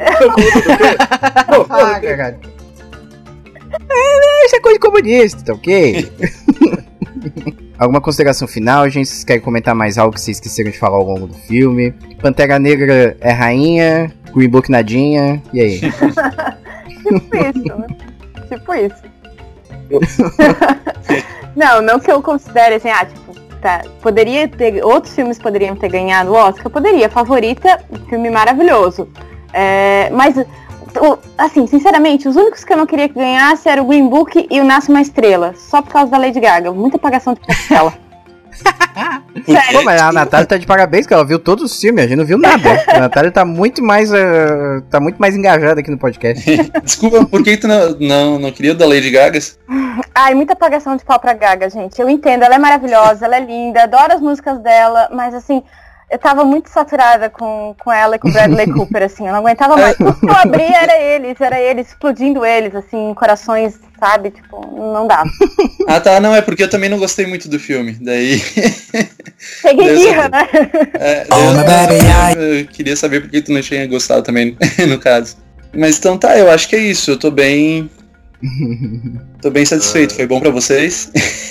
Não, ah, caralho. É, isso é coisa de comunista, tá ok? Alguma consideração final, gente? Vocês querem comentar mais algo que vocês esqueceram de falar ao longo do filme? Pantera Negra é rainha, Green Book nadinha, e aí? Tipo isso, né? Tipo isso. Não, não que eu considere assim, ah, tipo, tá, poderia ter, outros filmes poderiam ter ganhado o Oscar, poderia, Favorita, filme maravilhoso. É, mas, o, assim, sinceramente, os únicos que eu não queria que ganhasse eram o Green Book e o Nasce Uma Estrela, só por causa da Lady Gaga, muita apagação de dela. Sério? Pô, mas a Natália tá de parabéns, que ela viu todos os filmes, a gente não viu nada. A Natália tá muito mais uh, tá muito mais engajada aqui no podcast. Desculpa, por que tu não, não, não queria o da Lady Gaga? Ai, muita apagação de pau pra Gaga, gente. Eu entendo, ela é maravilhosa, ela é linda, adoro as músicas dela, mas assim, eu tava muito saturada com, com ela e com o Bradley Cooper, assim, eu não aguentava mais. Tudo que eu abria era eles, era eles, explodindo eles, assim, corações, sabe? Tipo, não dava. Ah, tá, não, é porque eu também não gostei muito do filme, daí... Peguei birra, né? É, eu, eu, eu queria saber por que tu não tinha gostado também, no caso. Mas então tá, eu acho que é isso, eu tô bem... Tô bem satisfeito, foi bom pra vocês?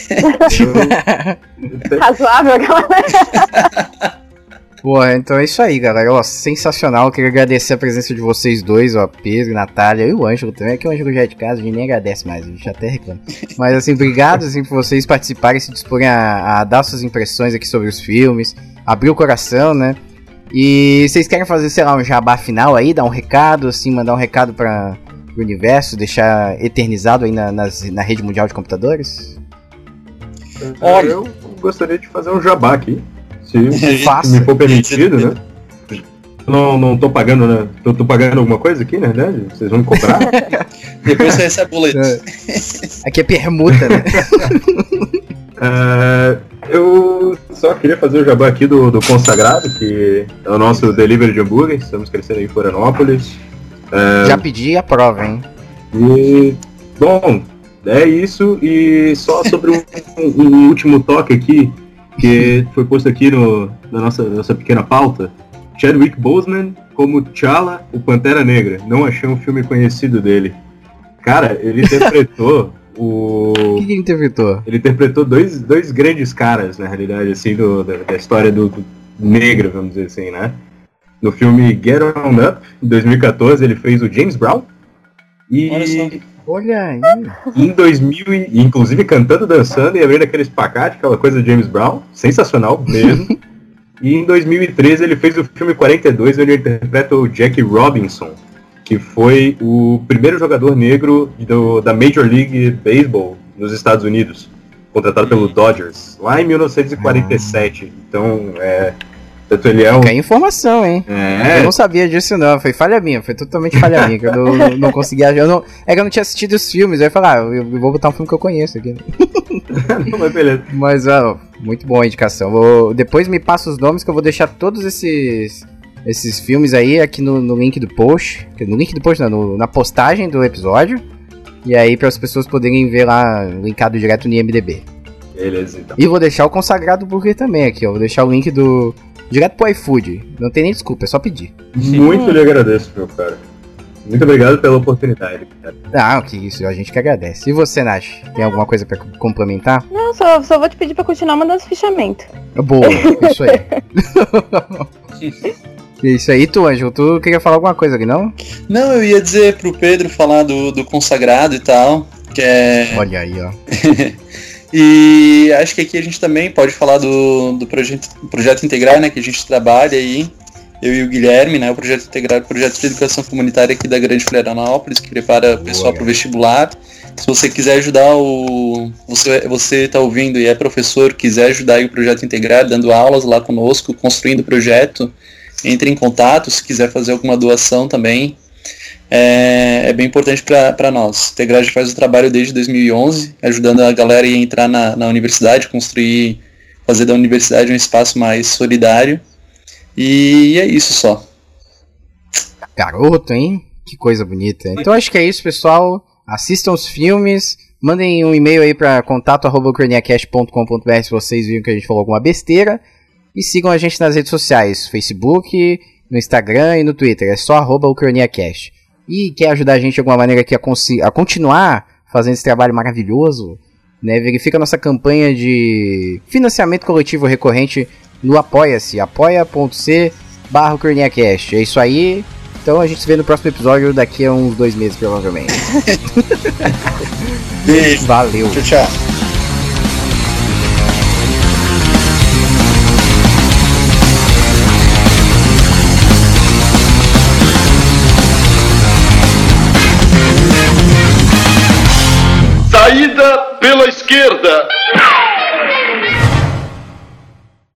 Razoável, galera. Porra, então é isso aí, galera. Ó, sensacional. Eu queria agradecer a presença de vocês dois, ó, Pedro, Natália e o Ângelo também. Aqui o Ângelo já é de casa, a gente nem agradece mais, a gente até reclama. Mas assim, obrigado assim, por vocês participarem, se disporem a, a dar suas impressões aqui sobre os filmes, abrir o coração, né? E vocês querem fazer, sei lá, um jabá final aí, dar um recado, assim, mandar um recado para o universo, deixar eternizado aí na, nas, na rede mundial de computadores? Olha, eu gostaria de fazer um jabá aqui. Se Faça. me for permitido, né? Não, não tô pagando, né? Tô, tô pagando alguma coisa aqui, na verdade? Vocês vão me cobrar? Depois você recebe boleto. Aqui é permuta, né? uh, eu só queria fazer o jabá aqui do, do Consagrado, que é o nosso delivery de hambúrguer. Estamos crescendo aí em Florianópolis. Uh, Já pedi a prova, hein? E, bom, é isso. E só sobre um, um, um último toque aqui, que foi posto aqui no, na nossa, nossa pequena pauta. Chadwick Boseman como T'Challa, o Pantera Negra. Não achei um filme conhecido dele. Cara, ele interpretou o... O que, que ele interpretou? Ele interpretou dois, dois grandes caras, na realidade, assim, do, da, da história do, do negro, vamos dizer assim, né? No filme Get On Up, em dois mil e catorze, ele fez o James Brown. E... Olha aí. Em dois mil, inclusive cantando, dançando e abrindo aquele espacate, aquela coisa do James Brown, sensacional mesmo. E em dois mil e treze ele fez o filme quarenta e dois, onde ele interpreta o Jackie Robinson, que foi o primeiro jogador negro do, da Major League Baseball nos Estados Unidos, contratado pelo Dodgers, lá em mil novecentos e quarenta e sete. Então, é... Tanto ele é um... Tem informação, hein? É. Eu não sabia disso não, foi falha minha, foi totalmente falha minha, que eu não, não conseguia... Eu não, é que eu não tinha assistido os filmes, aí eu falei, ah, eu, eu vou botar um filme que eu conheço aqui. Não, mas beleza. Mas, ó, muito boa a indicação. Vou, depois me passa os nomes que eu vou deixar todos esses, esses filmes aí aqui no, no link do post. No link do post, não, no, na postagem do episódio. E aí para as pessoas poderem ver lá, linkado direto no I M D B. Beleza, então. E vou deixar o Consagrado Burger também aqui, ó. Vou deixar o link do... direto pro iFood. Não tem nem desculpa, é só pedir. Muito lhe agradeço, meu cara. Muito obrigado pela oportunidade, cara. Ah, que isso, a gente que agradece. E você, Nath, tem alguma coisa pra complementar? Não, só, só vou te pedir pra continuar mandando os fichamentos. Boa, isso aí. Isso aí, tu, Ângelo, tu queria falar alguma coisa aqui, não? Não, eu ia dizer pro Pedro falar do, do Consagrado e tal, que é... Olha aí, ó. E acho que aqui a gente também pode falar do, do projeto, projeto Integrar, né, que a gente trabalha aí, eu e o Guilherme, né, o Projeto Integrar, o projeto de educação comunitária aqui da Grande Florianópolis, que prepara o pessoal para o vestibular. Se você quiser ajudar o... Você, você tá ouvindo e é professor, quiser ajudar aí o Projeto Integrar, dando aulas lá conosco, construindo o projeto, entre em contato, se quiser fazer alguma doação também. É, é bem importante para nós. Integrar já faz o trabalho desde dois mil e onze, ajudando a galera a entrar na, na universidade, construir, fazer da universidade um espaço mais solidário. E é isso só. Garoto, hein? Que coisa bonita. Então acho que é isso, pessoal. Assistam os filmes, mandem um e-mail aí para contato arroba ucraniacast ponto com ponto b r se vocês viram que a gente falou alguma besteira. E sigam a gente nas redes sociais, Facebook, no Instagram e no Twitter. É só arroba ucraniacast. E quer ajudar a gente de alguma maneira aqui a, a continuar fazendo esse trabalho maravilhoso, né? Verifica a nossa campanha de financiamento coletivo recorrente no Apoia-se, apoia.c barra ucraniacast. É isso aí. Então a gente se vê no próximo episódio daqui a uns dois meses, provavelmente. Beijo. Valeu. Tchau, tchau. Saída pela esquerda.